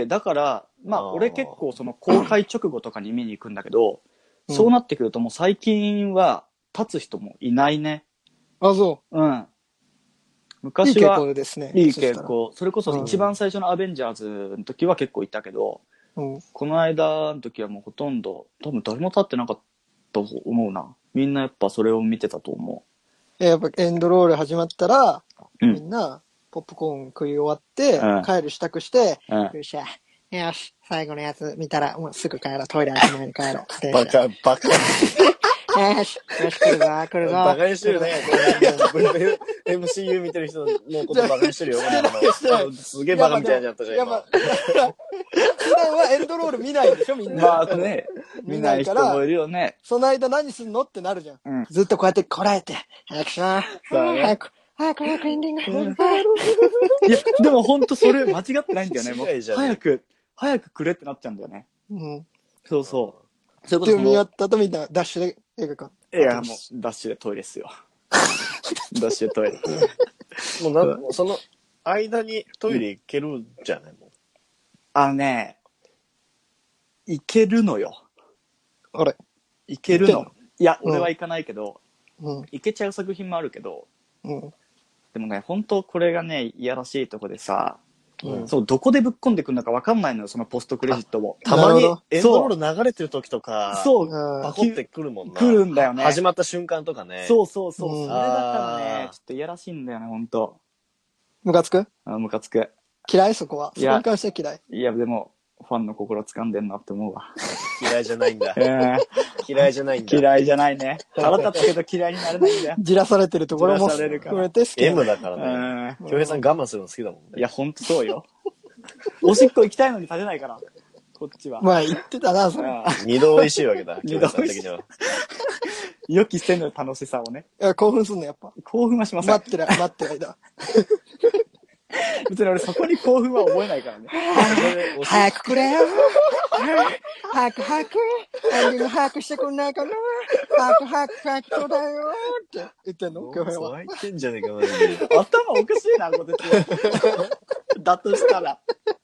だから、俺結構その公開直後とかに見に行くんだけど、そうなってくるともう最近は立つ人もいないね。 そう。 昔は、 いい傾向ですね。 いい傾向。それこそ一番最初のアベンジャーズの時は結構いたけど、この間の時はもうほとんど、多分誰も立ってなかったと思うな。みんなやっぱそれを見てたと思う。やっぱエンドロール始まったら、みんなポップコーン食い終わって、帰る支度して、よっしゃ、よし、最後のやつ見たらもうすぐ帰ろう。トイレ開けないで帰ろう。 バカ。 よし、来るぞ。 バカにしてるね。MCU 見てる人のことバカにしてるよ。すげえバカみたいになったじゃん。 普段はエンドロール見ないでしょ、みんな。 まあね、見ない人もいるよね。 その間何すんのってなるじゃん。ずっとこうやってこらえて、早くしな。早くエンディング。 いや、でもほんとそれ間違ってないんだよね。もう早くくれってなっちゃうんだよね。そうそう。 そういうことで見終わった後みんなダッシュで映画館。 いや、もう、ダッシュでトイレっすよ。ダッシュでトイレ。 もうその間にトイレ行けるんじゃないもん。行けるのよ。 あれ行けるの。いや、俺は行かないけど、 行けちゃう作品もあるけど、 うん。 でもね、本当これがね、いやらしいとこでさ、そう、どこでぶっ込んでくるのか分かんないのよ、そのポストクレジットを。 たまにエンドロール流れてる時とか、 そう、 パコってくるもんな。 来るんだよね。 始まった瞬間とかね。 そう。それだからね、ちょっといやらしいんだよね、ほんと。 ムカつく？ ムカつく。 嫌いそこは。そこに関しては嫌い。 いや、でも、ファンの心掴んでんなって思うわ。 嫌いじゃないんだ。嫌いじゃないんだ。 嫌いじゃないね。腹立つけど嫌いになれないんだよ。 じらされてるところも含めて好き。 M だからね。京平さん我慢するの好きだもんね。 いや、ほんとそうよ。おしっこ行きたいのに立てないから、こっちは。 まあ言ってたな、それ。 二度美味しいわけだ。二度美味しい。 予期せぬ楽しさをね。 いや、興奮すんの、やっぱ。 興奮はしません。 待ってる間。 別に俺そこに興奮は覚えないからね。 早くくれよ。早く。エンディング早くしてくんないかな。早くちょうだいよ。って言ってんの？京平は。 湧いてんじゃねえか、マジで。 頭おかしいな、こてつ。だとしたら。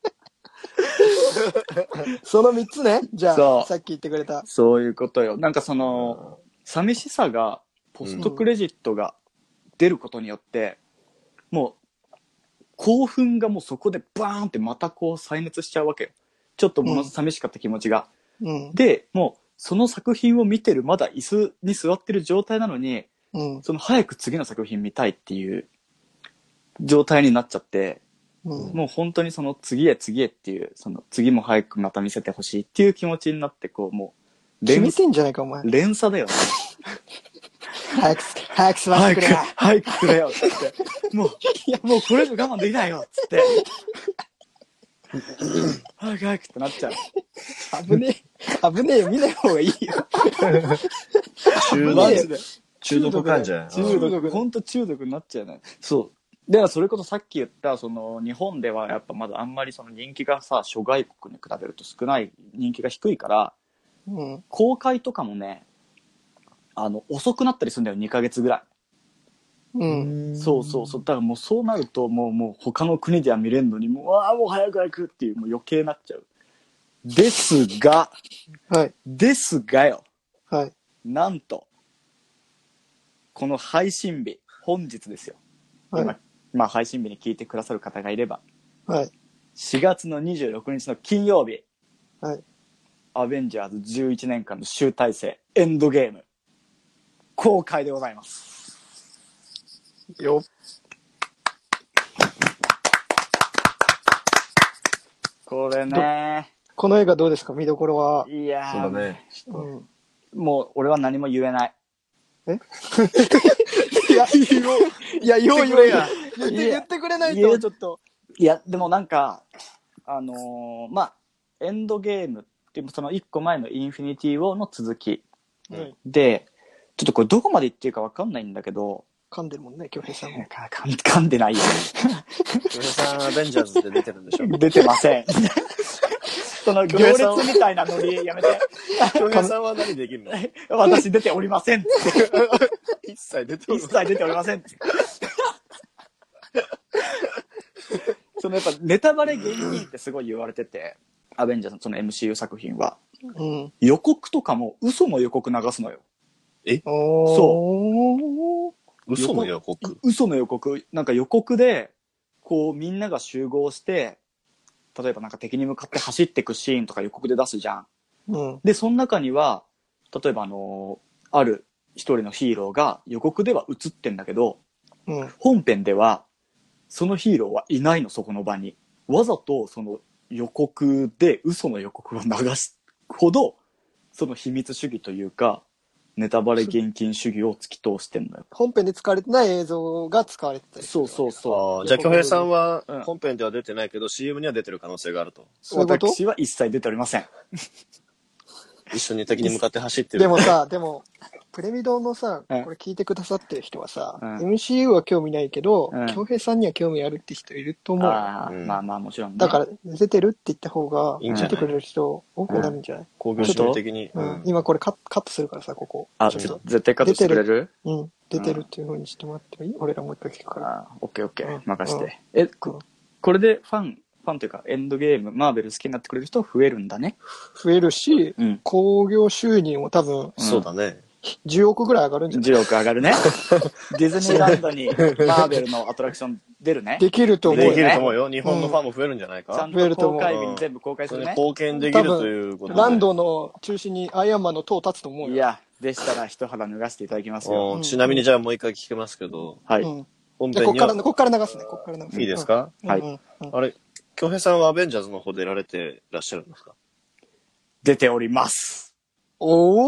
その3つね。じゃあ、さっき言ってくれた。 そういうことよ。なんかその、寂しさが、ポストクレジットが出ることによって、もう、興奮がもうそこでバーンってまたこう再熱しちゃうわけよ。ちょっともの寂しかった気持ちが。で、もうその作品を見てるまだ椅子に座ってる状態なのに、その早く次の作品見たいっていう状態になっちゃって、もう本当にその次へっていう、その次も早くまた見せてほしいっていう気持ちになって、こうもう決めてんじゃないかお前。 連鎖だよね。早く座ってくれよ。早くくれよっつって。もうこれ以上我慢できないよっつって。早くってなっちゃう。 危ねえよ、見ない方がいいよ。 中毒患者。 ほんと中毒になっちゃうね。そう。ではそれこそさっき言ったその日本ではやっぱまだあんまりその人気がさ諸外国に比べると少ない人気が低いから、公開とかもね遅くなったりするんだよ、2ヶ月ぐらい。そう。だからもうそうなるともう他の国では見れんのにもう早くっていうもう余計になっちゃう。ですがよ。なんとこの配信日本日ですよ。今配信日に聞いてくださる方がいれば、4月の26日の金曜日、アベンジャーズ11年間の集大成エンドゲーム公開でございますよ。 これね、 この映画どうですか、見どころは。 いやー、 そうだね。 もう俺は何も言えない。 言ってくれないとちょっと。 いやでもなんかエンドゲームっていうその1個前のインフィニティ・ウォーの続き、でちょっとこれどこまで言っていいか分かんないんだけど、 噛んでるもんね、京平さんも。 噛んでないよ。 京平さんアベンジャーズって出てるんでしょ。 出てません。その行列みたいなノリやめて。 京平さんは何できるの？ 私出ておりません。 一切出ておりません。そのやっぱネタバレ厳禁ってすごい言われてて、アベンジャーズのその MCU 作品は、予告とかも嘘の予告流すのよ。 そう。 嘘の予告？ 嘘の予告。なんか予告でこうみんなが集合して、例えばなんか敵に向かって走っていくシーンとか予告で出すじゃん。でその中には例えばある一人のヒーローが予告では映ってんだけど、本編ではそのヒーローはいないの、そこの場に。わざとその予告で嘘の予告を流すほどその秘密主義というかネタバレ厳禁主義を突き通してんのよ。 本編で使われてない映像が使われてたりする。 そう。 じゃあ京平さんは本編では出てないけど、CM には出てる可能性があると。 私は一切出ておりません。 一緒に敵に向かって走ってる。 でも、プレミドのさ、これ聞いてくださってる人はさ、 うん、 MCU は興味ないけど、京平さんには興味あるって人いると思う。 まあもちろんね。 だから、出てるって言った方が、見てくれる人多くなるんじゃない？ 興行主義的に。 今これカットするからさ、ここ。 絶対カットしてくれる？ 出てるっていう風にしてもらってもいい？俺らもう一回聞くから。 オッケー、任して。これでファンというか、エンドゲーム、マーベル好きになってくれる人増えるんだね。 増えるし、興行収入も多分、 そうだね。 10億ぐらい上がるんじゃない？ 10億上がるね。ディズニーランドにマーベルのアトラクション出るね。 できると思うよ。 できると思うよ。日本のファンも増えるんじゃないか。 ちゃんと公開日に全部公開するね。 貢献できるということで。 ランドの中心にアイアンマンの塔立つと思うよ。 いや、でしたら一肌脱がせていただきますよ。 ちなみにじゃあもう一回聞きますけど。 はい。 本編にはこっから流すね。 いいですか？ はい。 あれ、京平さんはアベンジャーズの方出られてらっしゃるんですか？ 出ております。 おー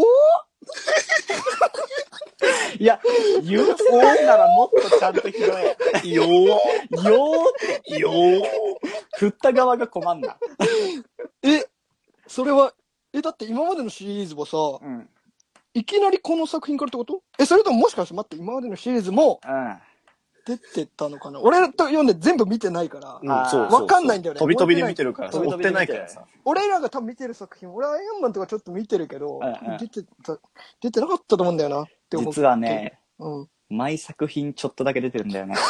いや、言うならもっとちゃんと拾え。よー振った側が困んな。 それは、だって今までのシリーズもさ、いきなりこの作品からってこと？それとももしかして待って、今までのシリーズも、出てたのかな？俺と読んで全部見てないから、わかんないんだよね。 飛び飛びで見てるからさ、追ってないからさ。 俺らが多分見てる作品、俺はアイアンマンとかちょっと見てるけど、出てなかったと思うんだよなって思う。 実はね、毎作品ちょっとだけ出てるんだよね。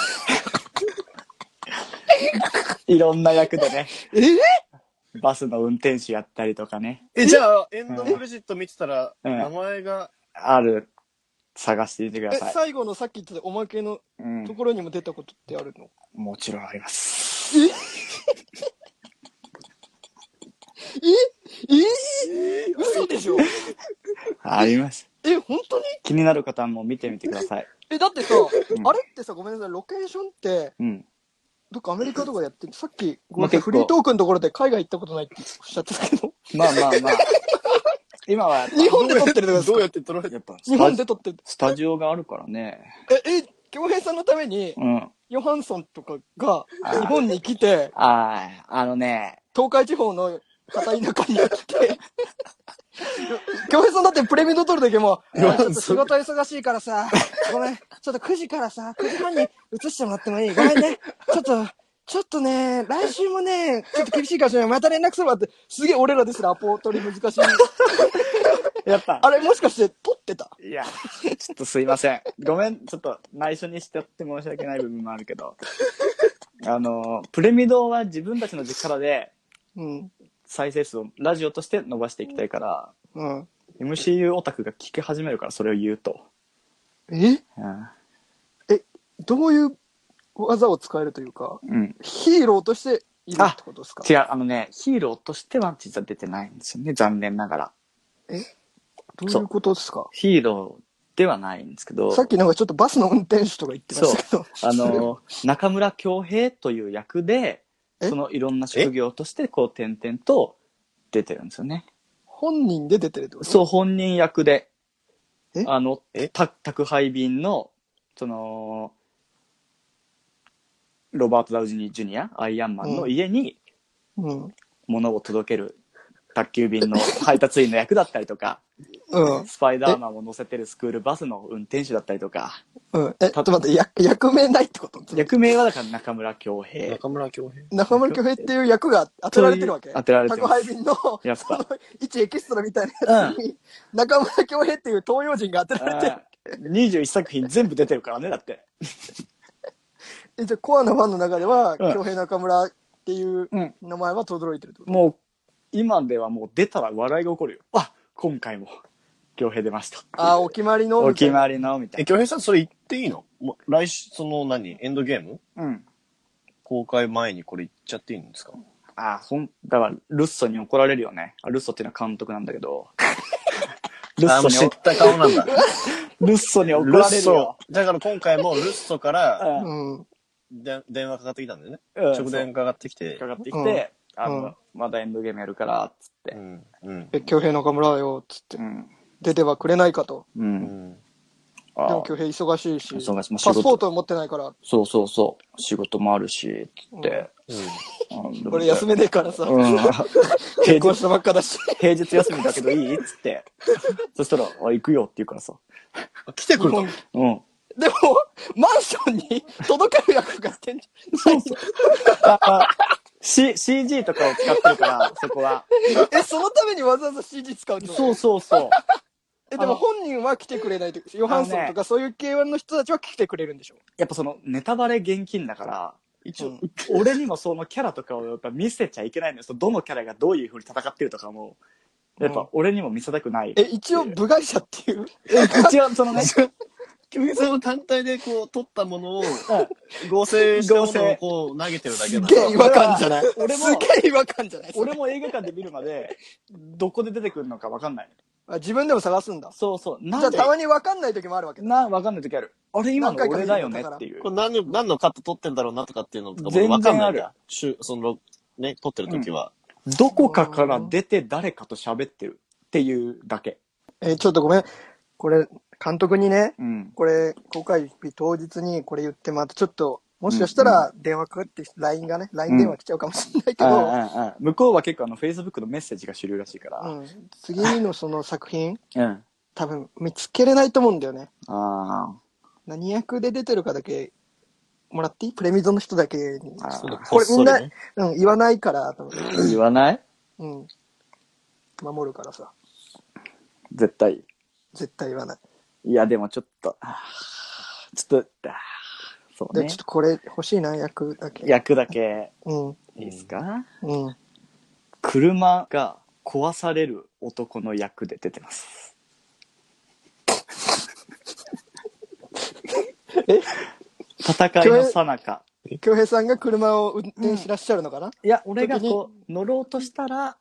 いろんな役でね。バスの運転手やったりとかね。 じゃあ、エンドクレジット見てたら、名前がある。探してみてください。 最後のさっき言ってたおまけのところにも出たことってあるの？ もちろんあります。 嘘でしょ？ あります。 本当に？ 気になる方も見てみてください。 だってさ、あれってさ、ごめんなさい、ロケーションって、どっかアメリカとかでやってる？さっき、ごめんなさい、フリートークのところで海外行ったことないっておっしゃってたけど。 まあ。今は日本で撮ってるとかどうやって撮られてる？ 日本で撮ってる。 スタジオがあるからね。 京平さんのために、ヨハンソンとかが日本に来て、東海地方の片田舎に来て、京平さんだってプレミド撮るときも、ちょっと仕事忙しいからさ、ごめん、ちょっと9時からさ、9時半に移してもらってもいい？ごめんね、ちょっとね、来週もね、ちょっと厳しいかもしれない。また連絡するわって、すげえ俺らですらアポ取り難しい。 やっぱ。 あれもしかして撮ってた？ いや、ちょっとすいません。ごめん、ちょっと内緒にしてって申し訳ない部分もあるけど。プレミドは自分たちの力で、再生数をラジオとして伸ばしていきたいから、MCU オタクが聞き始めるからそれを言うと。 どういう技を使えるというか、ヒーローとしているってことですか？ 違う、ヒーローとしては実は出てないんですよね、残念ながら。 どういうことですか？ ヒーローではないんですけど。 さっきなんかちょっとバスの運転手とか言ってましたけど。 中村恭平という役で、そのいろんな職業としてこう点々と出てるんですよね。 本人で出てるってこと？ そう、本人役で。宅配便の、ロバート・ダウジニー・ジュニア、アイアンマンの家に、物を届ける宅急便の配達員の役だったりとか、スパイダーマンを乗せてるスクールバスの運転手だったりとか。 ちょっと待って、役名ないってこと？ 役名はだから中村恭平。 中村恭平っていう役が当てられてるわけ？ 当てられてる。 宅配便の、一エキストラみたいなやつに、中村恭平っていう東洋人が当てられてる。21作品全部出てるからね、だって。 じゃあコアなファンの中では、恭平中村っていう名前は轟いてるってこと？ もう、今ではもう出たら笑いが起こるよ。今回も、恭平出ました。 お決まりのお決まりの、みたいな。 恭平さんそれ言っていいの？来週、エンドゲーム？公開前にこれ言っちゃっていいんですか？ だから、ルッソに怒られるよね。ルッソっていうのは監督なんだけど。 知った顔なんだ。 ルッソに怒られるよ。 だから今回もルッソから、電話かかってきたんだよね。直電かかってきて。まだエンドゲームやるから、つって。 恭平中村よ、つって。出てはくれないかと。でも恭平忙しいし、パスポート持ってないから。 そう。仕事もあるし、つって。 俺休めねえからさ。結婚したばっかだし。 平日休みだけどいいっつって。そしたら、行くよって言うからさ。 来てくるの？ うん。でも、マンションに届ける役がってんじゃん。そうそう。 CG とかを使ってるから、そこは。 そのためにわざわざ CG 使うの？ そうそうそう。 でも本人は来てくれないと。ヨハンソンとかそういう系の人たちは来てくれるんでしょ？ やっぱその、ネタバレ厳禁だから、一応、俺にもそのキャラとかをやっぱ見せちゃいけないんだよ。どのキャラがどういう風に戦ってるとかも、やっぱ俺にも見せたくない。 一応部外者っていう？ 一応そのね、 京平さんは単体でこう、取ったものを、合成したものをこう、投げてるだけだ。 すげえ違和感じゃない？俺も、すげえ違和感じゃない？ 俺も映画館で見るまで、どこで出てくるのか分かんない。 自分でも探すんだ。 そうそう。 じゃあたまに分かんない時もあるわけだ。 分かんない時ある。あれ今の俺だよねっていう。 これ何のカット撮ってんだろうなとかっていうのとかも分かんないんだ。その、ね、撮ってる時は。 どこかから出て誰かと喋ってるっていうだけ。 ちょっとごめん。これ、監督にね、これ、公開日当日にこれ言ってまたちょっと、もしかしたら電話かかって、LINE がね、LINE 電話来ちゃうかもしれないけど、 向こうは結構Facebook のメッセージが主流らしいから。 次のその作品、多分見つけれないと思うんだよね。何役で出てるかだけもらっていい？プレミゾの人だけに。これみんな、言わないから。 言わない？ 守るからさ。 絶対言わない。 いや、でもちょっと、そうね。 ちょっとこれ欲しいな、役だけ。いいですか？車が壊される男の役で出てます。戦いの最中。 京平さんが車を運転しらっしゃるのかな？ いや、俺がこう、乗ろうとしたら、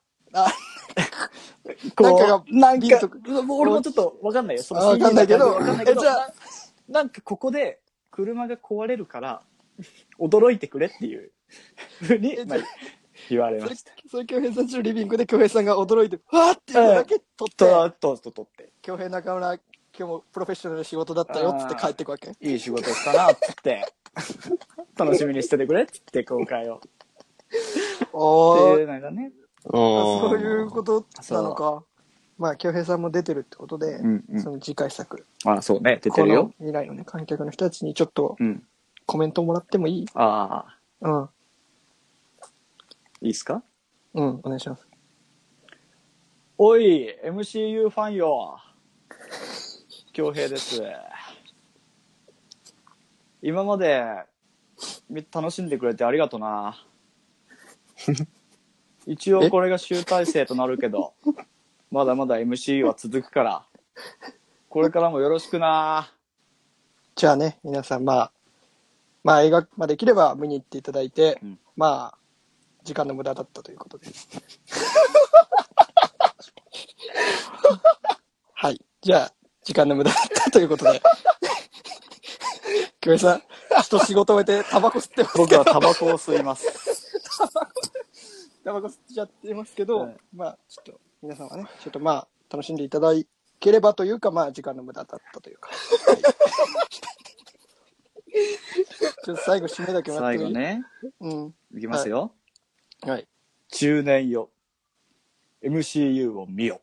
なんか、 俺もちょっとわかんないよ。 わかんないけど、 じゃあ、なんかここで車が壊れるから、驚いてくれっていうふうに言われました。 それ京平さんちのリビングで京平さんが驚いて、わーっていうのだけ撮って、京平中村、今日もプロフェッショナルな仕事だったよっつって帰ってくわけ。 いい仕事したなっつって、楽しみにしててくれっつって公開を。っていうのがね。 そういうことなのか。まあ、京平さんも出てるってことで、その次回作。 そうね、出てるよ。 この未来のね、観客の人たちにちょっと、コメントもらってもいい？いいっすか？ お願いします。 おい、MCU ファンよ。京平です。今まで、楽しんでくれてありがとな。一応これが集大成となるけど、まだまだ MCU は続くから、これからもよろしくな。 じゃあね、皆さん、まあ映画、できれば見に行っていただいて、時間の無駄だったということで。はい。じゃあ、時間の無駄だったということで。京平さん、仕事終えてタバコ吸ってますけど。 僕はタバコを吸います。 タバコ吸っちゃってますけど、ちょっと、皆さんはね、ちょっと楽しんでいただければというか、時間の無駄だったというか。ちょっと最後締めだけもらってもいい？ 最後ね。いきますよ。 はい。 中年よ。MCU を見よ。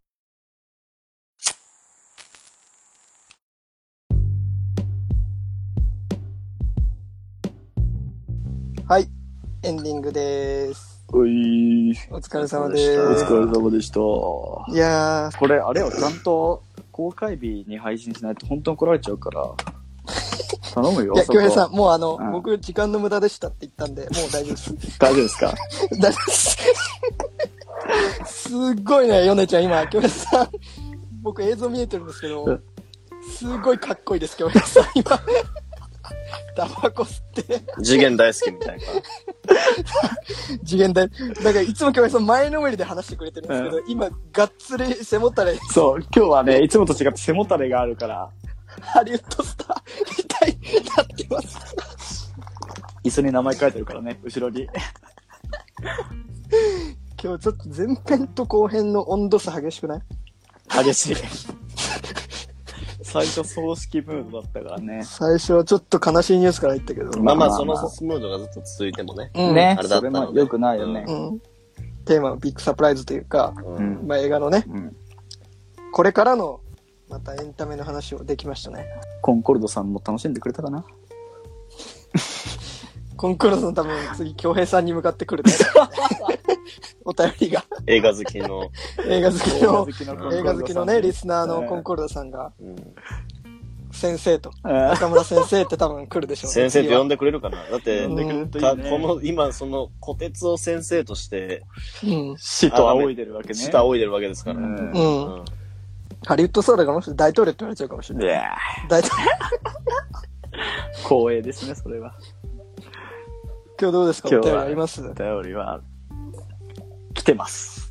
はい。エンディングです。 お疲れ様です。 お疲れ様でした。 いやー。 これ、あれをちゃんと公開日に配信しないと本当に怒られちゃうから。頼むよ。 いや、京平さん、もう僕、時間の無駄でしたって言ったんで、もう大丈夫です。 大丈夫ですか？ 大丈夫です。すっごいね、ヨネちゃん、今、京平さん、僕映像見えてるんですけど、すごいかっこいいです、京平さん、今。タバコ吸って。 次元大好きみたいな。 次元大。だからいつも京平さん前のめりで話してくれてるんですけど、今、がっつり背もたれ。 そう、今日はね、いつもと違って背もたれがあるから。 ハリウッドスターみたいになってます。 椅子に名前書いてるからね、後ろに。 今日ちょっと前編と後編の温度差激しくない？ 激しい。 最初葬式ムードだったからね。 最初はちょっと悲しいニュースから言ったけど。 まあまあ、そのムードがずっと続いてもね。 ね。 あれだったので。 良くないよね。 テーマはビッグサプライズというか、まあ映画のね、これからのまたエンタメの話をできましたね。 コンコルドさんも楽しんでくれたかな。 コンコルドさん多分次京平さんに向かってくるね。お便りが。 映画好きのね、リスナーのコンコルドさんが、先生と、中村先生って多分来るでしょうね。 先生って呼んでくれるかな。だって、 呼んでくれるといいね。 この、今その、虎鉄を先生として、 死と仰いでるわけね。 死と仰いでるわけですから。 ハリウッドスターだからもし大統領って言われちゃうかもしれない。 いや大統領。 光栄ですね、それは。 今日どうですか？お便りあります？ お便りは、来てます。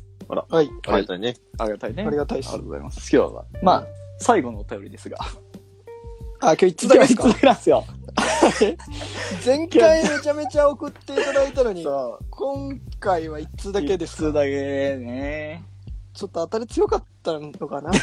あら。 はい。 ありがたいね。 ありがたいね。 ありがたいです。 ありがとうございます。今日は、まあ、最後のお便りですが。 あ、今日1通だけですか？ 1通だけなんですよ。 前回めちゃめちゃ送っていただいたのに、今回は1通だけですか？ 1通だけね。 ちょっと当たり強かったのかな。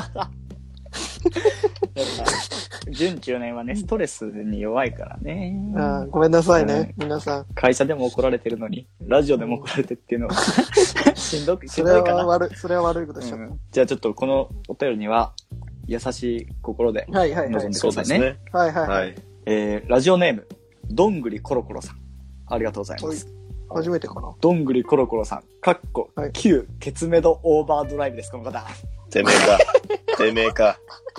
準中年はね、ストレスに弱いからね。 ごめんなさいね、皆さん。 会社でも怒られてるのに、ラジオでも怒られてっていうのは、しんどいかな。 それは悪いことでしょ。 じゃあちょっとこのお便りには、優しい心で臨んでくださいね。 はい。 ラジオネーム、どんぐりコロコロさん。ありがとうございます。 初めてかな。 どんぐりコロコロさん、旧ケツメドオーバードライブです、この方。 てめえか。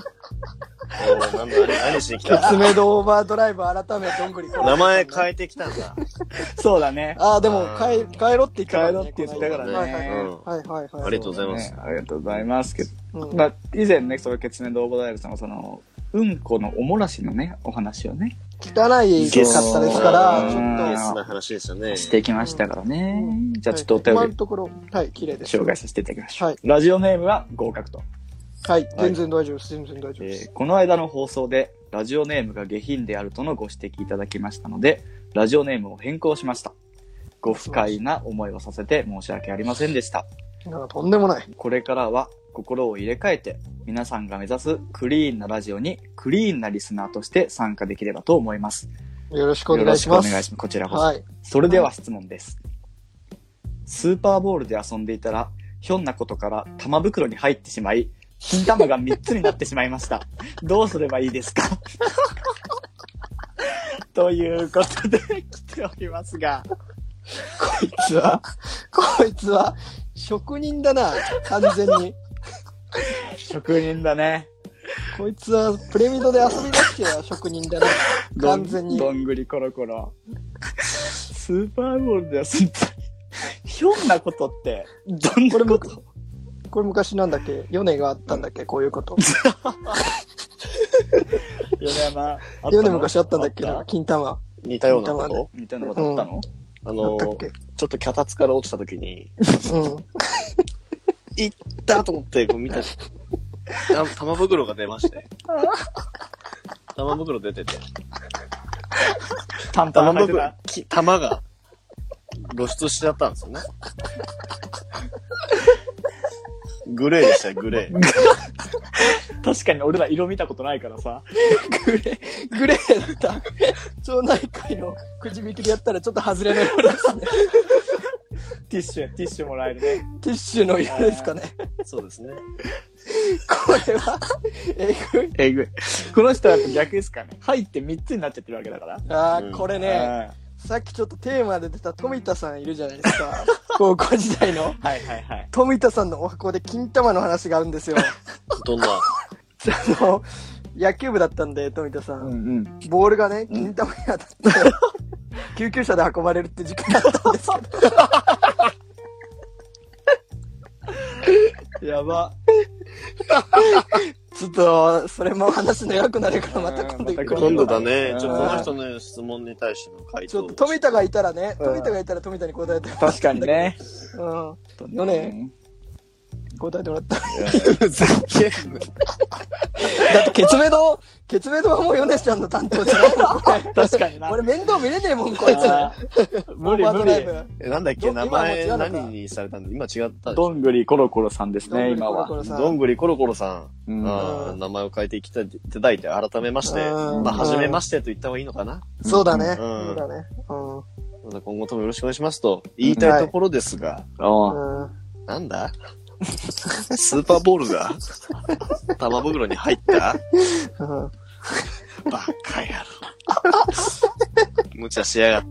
何しに来た？ ケツメドオーバードライブ改めどんぐりコロコロ。 名前変えてきたんだ。 そうだね。 でも帰ろって言ったからね。 帰ろって言ったからね。 はい。 ありがとうございます。 ありがとうございますけど。まあ、以前ね、そのケツメドオーバードライブさんはその、うんこのおもらしのね、お話をね。 汚いかったですから、ちょっと。 ゲスな話ですよね。 してきましたからね。じゃあちょっとお便り。 今のところ、はい、綺麗です。 紹介させていただきましょう。 はい。 ラジオネームは合格と。 はい、全然大丈夫です。 この間の放送で、ラジオネームが下品であるとのご指摘いただきましたので、ラジオネームを変更しました。ご不快な思いをさせて申し訳ありませんでした。 とんでもない。 これからは心を入れ替えて、皆さんが目指すクリーンなラジオにクリーンなリスナーとして参加できればと思います。 よろしくお願いします。 こちらこそ。はい。それでは質問です。スーパーボールで遊んでいたら、ひょんなことから玉袋に入ってしまい、金玉が3つになってしまいました。どうすればいいですか？ということで来ておりますが、 こいつは職人だな、完全に。 職人だね。 こいつはプレミドで遊び出しては職人だな、完全に。 どんぐりコロコロ。スーパーボールで遊んでた。ひょんなことって、どんなこと？ これ昔なんだっけ？ヨネがあったんだっけ？こういうこと。ヨネ昔あったんだっけな、金玉。 似たようなこと似たようなことあったの？ ちょっと脚立から落ちた時に、いったと思って見た。玉袋が出まして。玉袋出てて。玉が露出しちゃったんですよね。グレーでしたよ、グレー。 確かに俺ら色見たことないからさ。 グレーだった。町内会のくじ引きでやったらちょっと外れの色ですね。 ティッシュもらえるね。 ティッシュの色ですかね。 そうですね。 これは、 えぐい。この人は逆ですからね。入って3つになっちゃってるわけだから。 これね、さっきちょっとテーマで出た富田さんいるじゃないですか。高校時代の。富田さんのお箱で金玉の話があるんですよ。 どんな？ 野球部だったんで、富田さん。ボールがね、金玉に当たって、救急車で運ばれるって事件だったんですけど。 やば。 ちょっと、それも話長くなるからまた今度行く。 今度だね。ちょっとこの人の質問に対しての回答。 ちょっと富田がいたらね、富田に答えて。 確かにね。 よね。答えてもらった。 だってケツメドはもうヨネちゃんの担当じゃないもん、これ。 確かにな。 俺面倒見れねえもん、こいつ。 無理。 なんだっけ、名前何にされたんだ今違ったどんぐりコロコロさんですね、今は。 どんぐりコロコロさん。名前を変えていただいて、改めまして、まあ、初めましてと言った方がいいのかな。 そうだね。そうだね。 今後ともよろしくお願いしますと言いたいところですが、なんだスーパーボールが玉袋に入ったバカ野郎。無茶しやがって。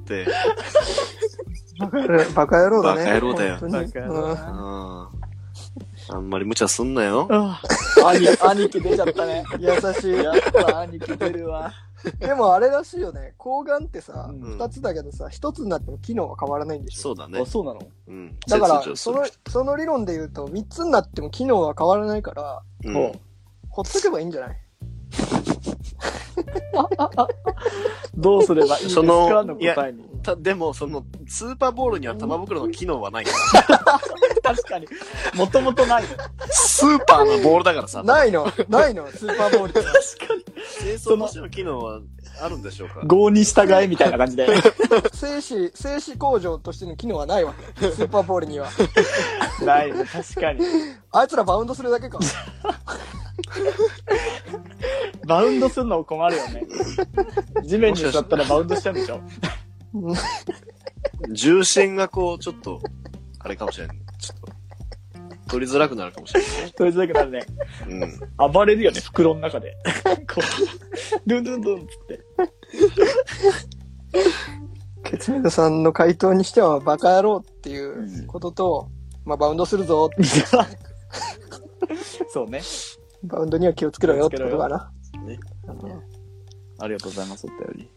バカ野郎だね。 バカ野郎だよ。あんまり無茶すんなよ。 兄貴出ちゃったね。 優しい。 やっぱ兄貴出るわ。 でもあれらしいよね。睾丸ってさ、二つだけどさ、一つになっても機能は変わらないんでしょ。 そうだね。 そうなの？ だから、その理論で言うと、三つになっても機能は変わらないから、ほっとけばいいんじゃない？ どうすればいいですかの答えに。 でも、スーパーボールには玉袋の機能はないから。 確かに。もともとないの。 スーパーのボールだからさ。 ないの、スーパーボールって。 確かに。清掃としての機能はあるんでしょうか。 合に従えみたいな感じで。 静止工場としての機能はないわけ。スーパーボールには。 ないね、確かに。 あいつらバウンドするだけか。 バウンドするの困るよね。地面に座ったらバウンドしちゃうんでしょ。 重心がちょっと、あれかもしれない。ちょっと、取りづらくなるかもしれない。 取りづらくなるね。暴れるよね、袋の中で。こう、ドゥンドゥンドゥンつって。 ケツメドさんの回答にしてはバカ野郎っていうことと、まあバウンドするぞって。 そうね。 バウンドには気をつけろよってことかな。 ね。 ありがとうございます、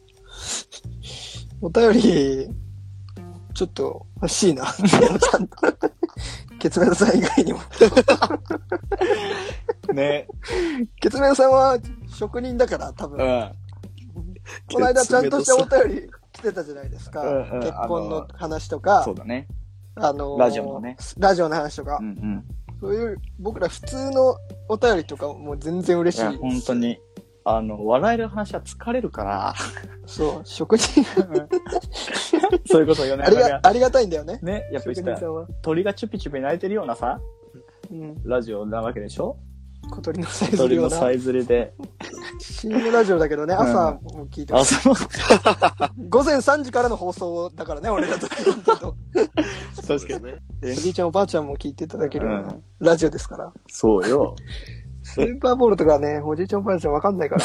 お便り、ちょっと欲しいな。ちゃんと。ケツメドさん以外にも。 ね。 ケツメドさんは職人だから多分。この間ちゃんとしたお便り来てたじゃないですか。結婚の話とか。 そうだね。ラジオのね。 ラジオの話とか。そういう僕ら普通のお便りとかも全然嬉しい。いや、 本当に。笑える話は疲れるから。 そう、職人。 そういうことよね。 ありがたいんだよね。 ね、やっぱり鳥がチュピチュピ鳴いてるようなさ、ラジオなわけでしょ？ 小鳥のさえずりような。 鳥のさえずりで。 深夜ラジオだけどね、朝も聞いてます。午前3時からの放送だからね、俺らと聞いてると。 確かにね。 おじいちゃんおばあちゃんも聞いていただけるようなラジオですから。 そうよ。 スーパーボールとかね、おじいちゃんおばあちゃんわかんないから。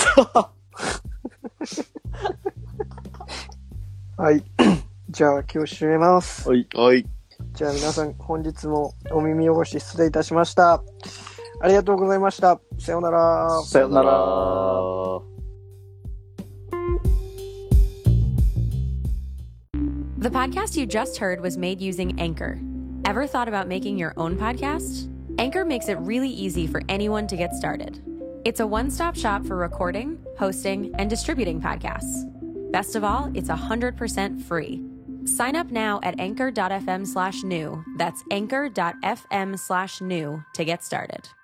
はい。じゃあ今日締めます。 はい。 じゃあ皆さん本日もお耳汚し失礼いたしました。ありがとうございました。さようなら。 さようなら。 The podcast you just heard was made using Anchor. Ever thought about making your own podcast? Anchor makes it really easy for anyone to get started. It's a one-stop shop for recording, hosting, and distributing podcasts. Best of all, it's 100% free. Sign up now at anchor.fm/new. That's anchor.fm/new to get started.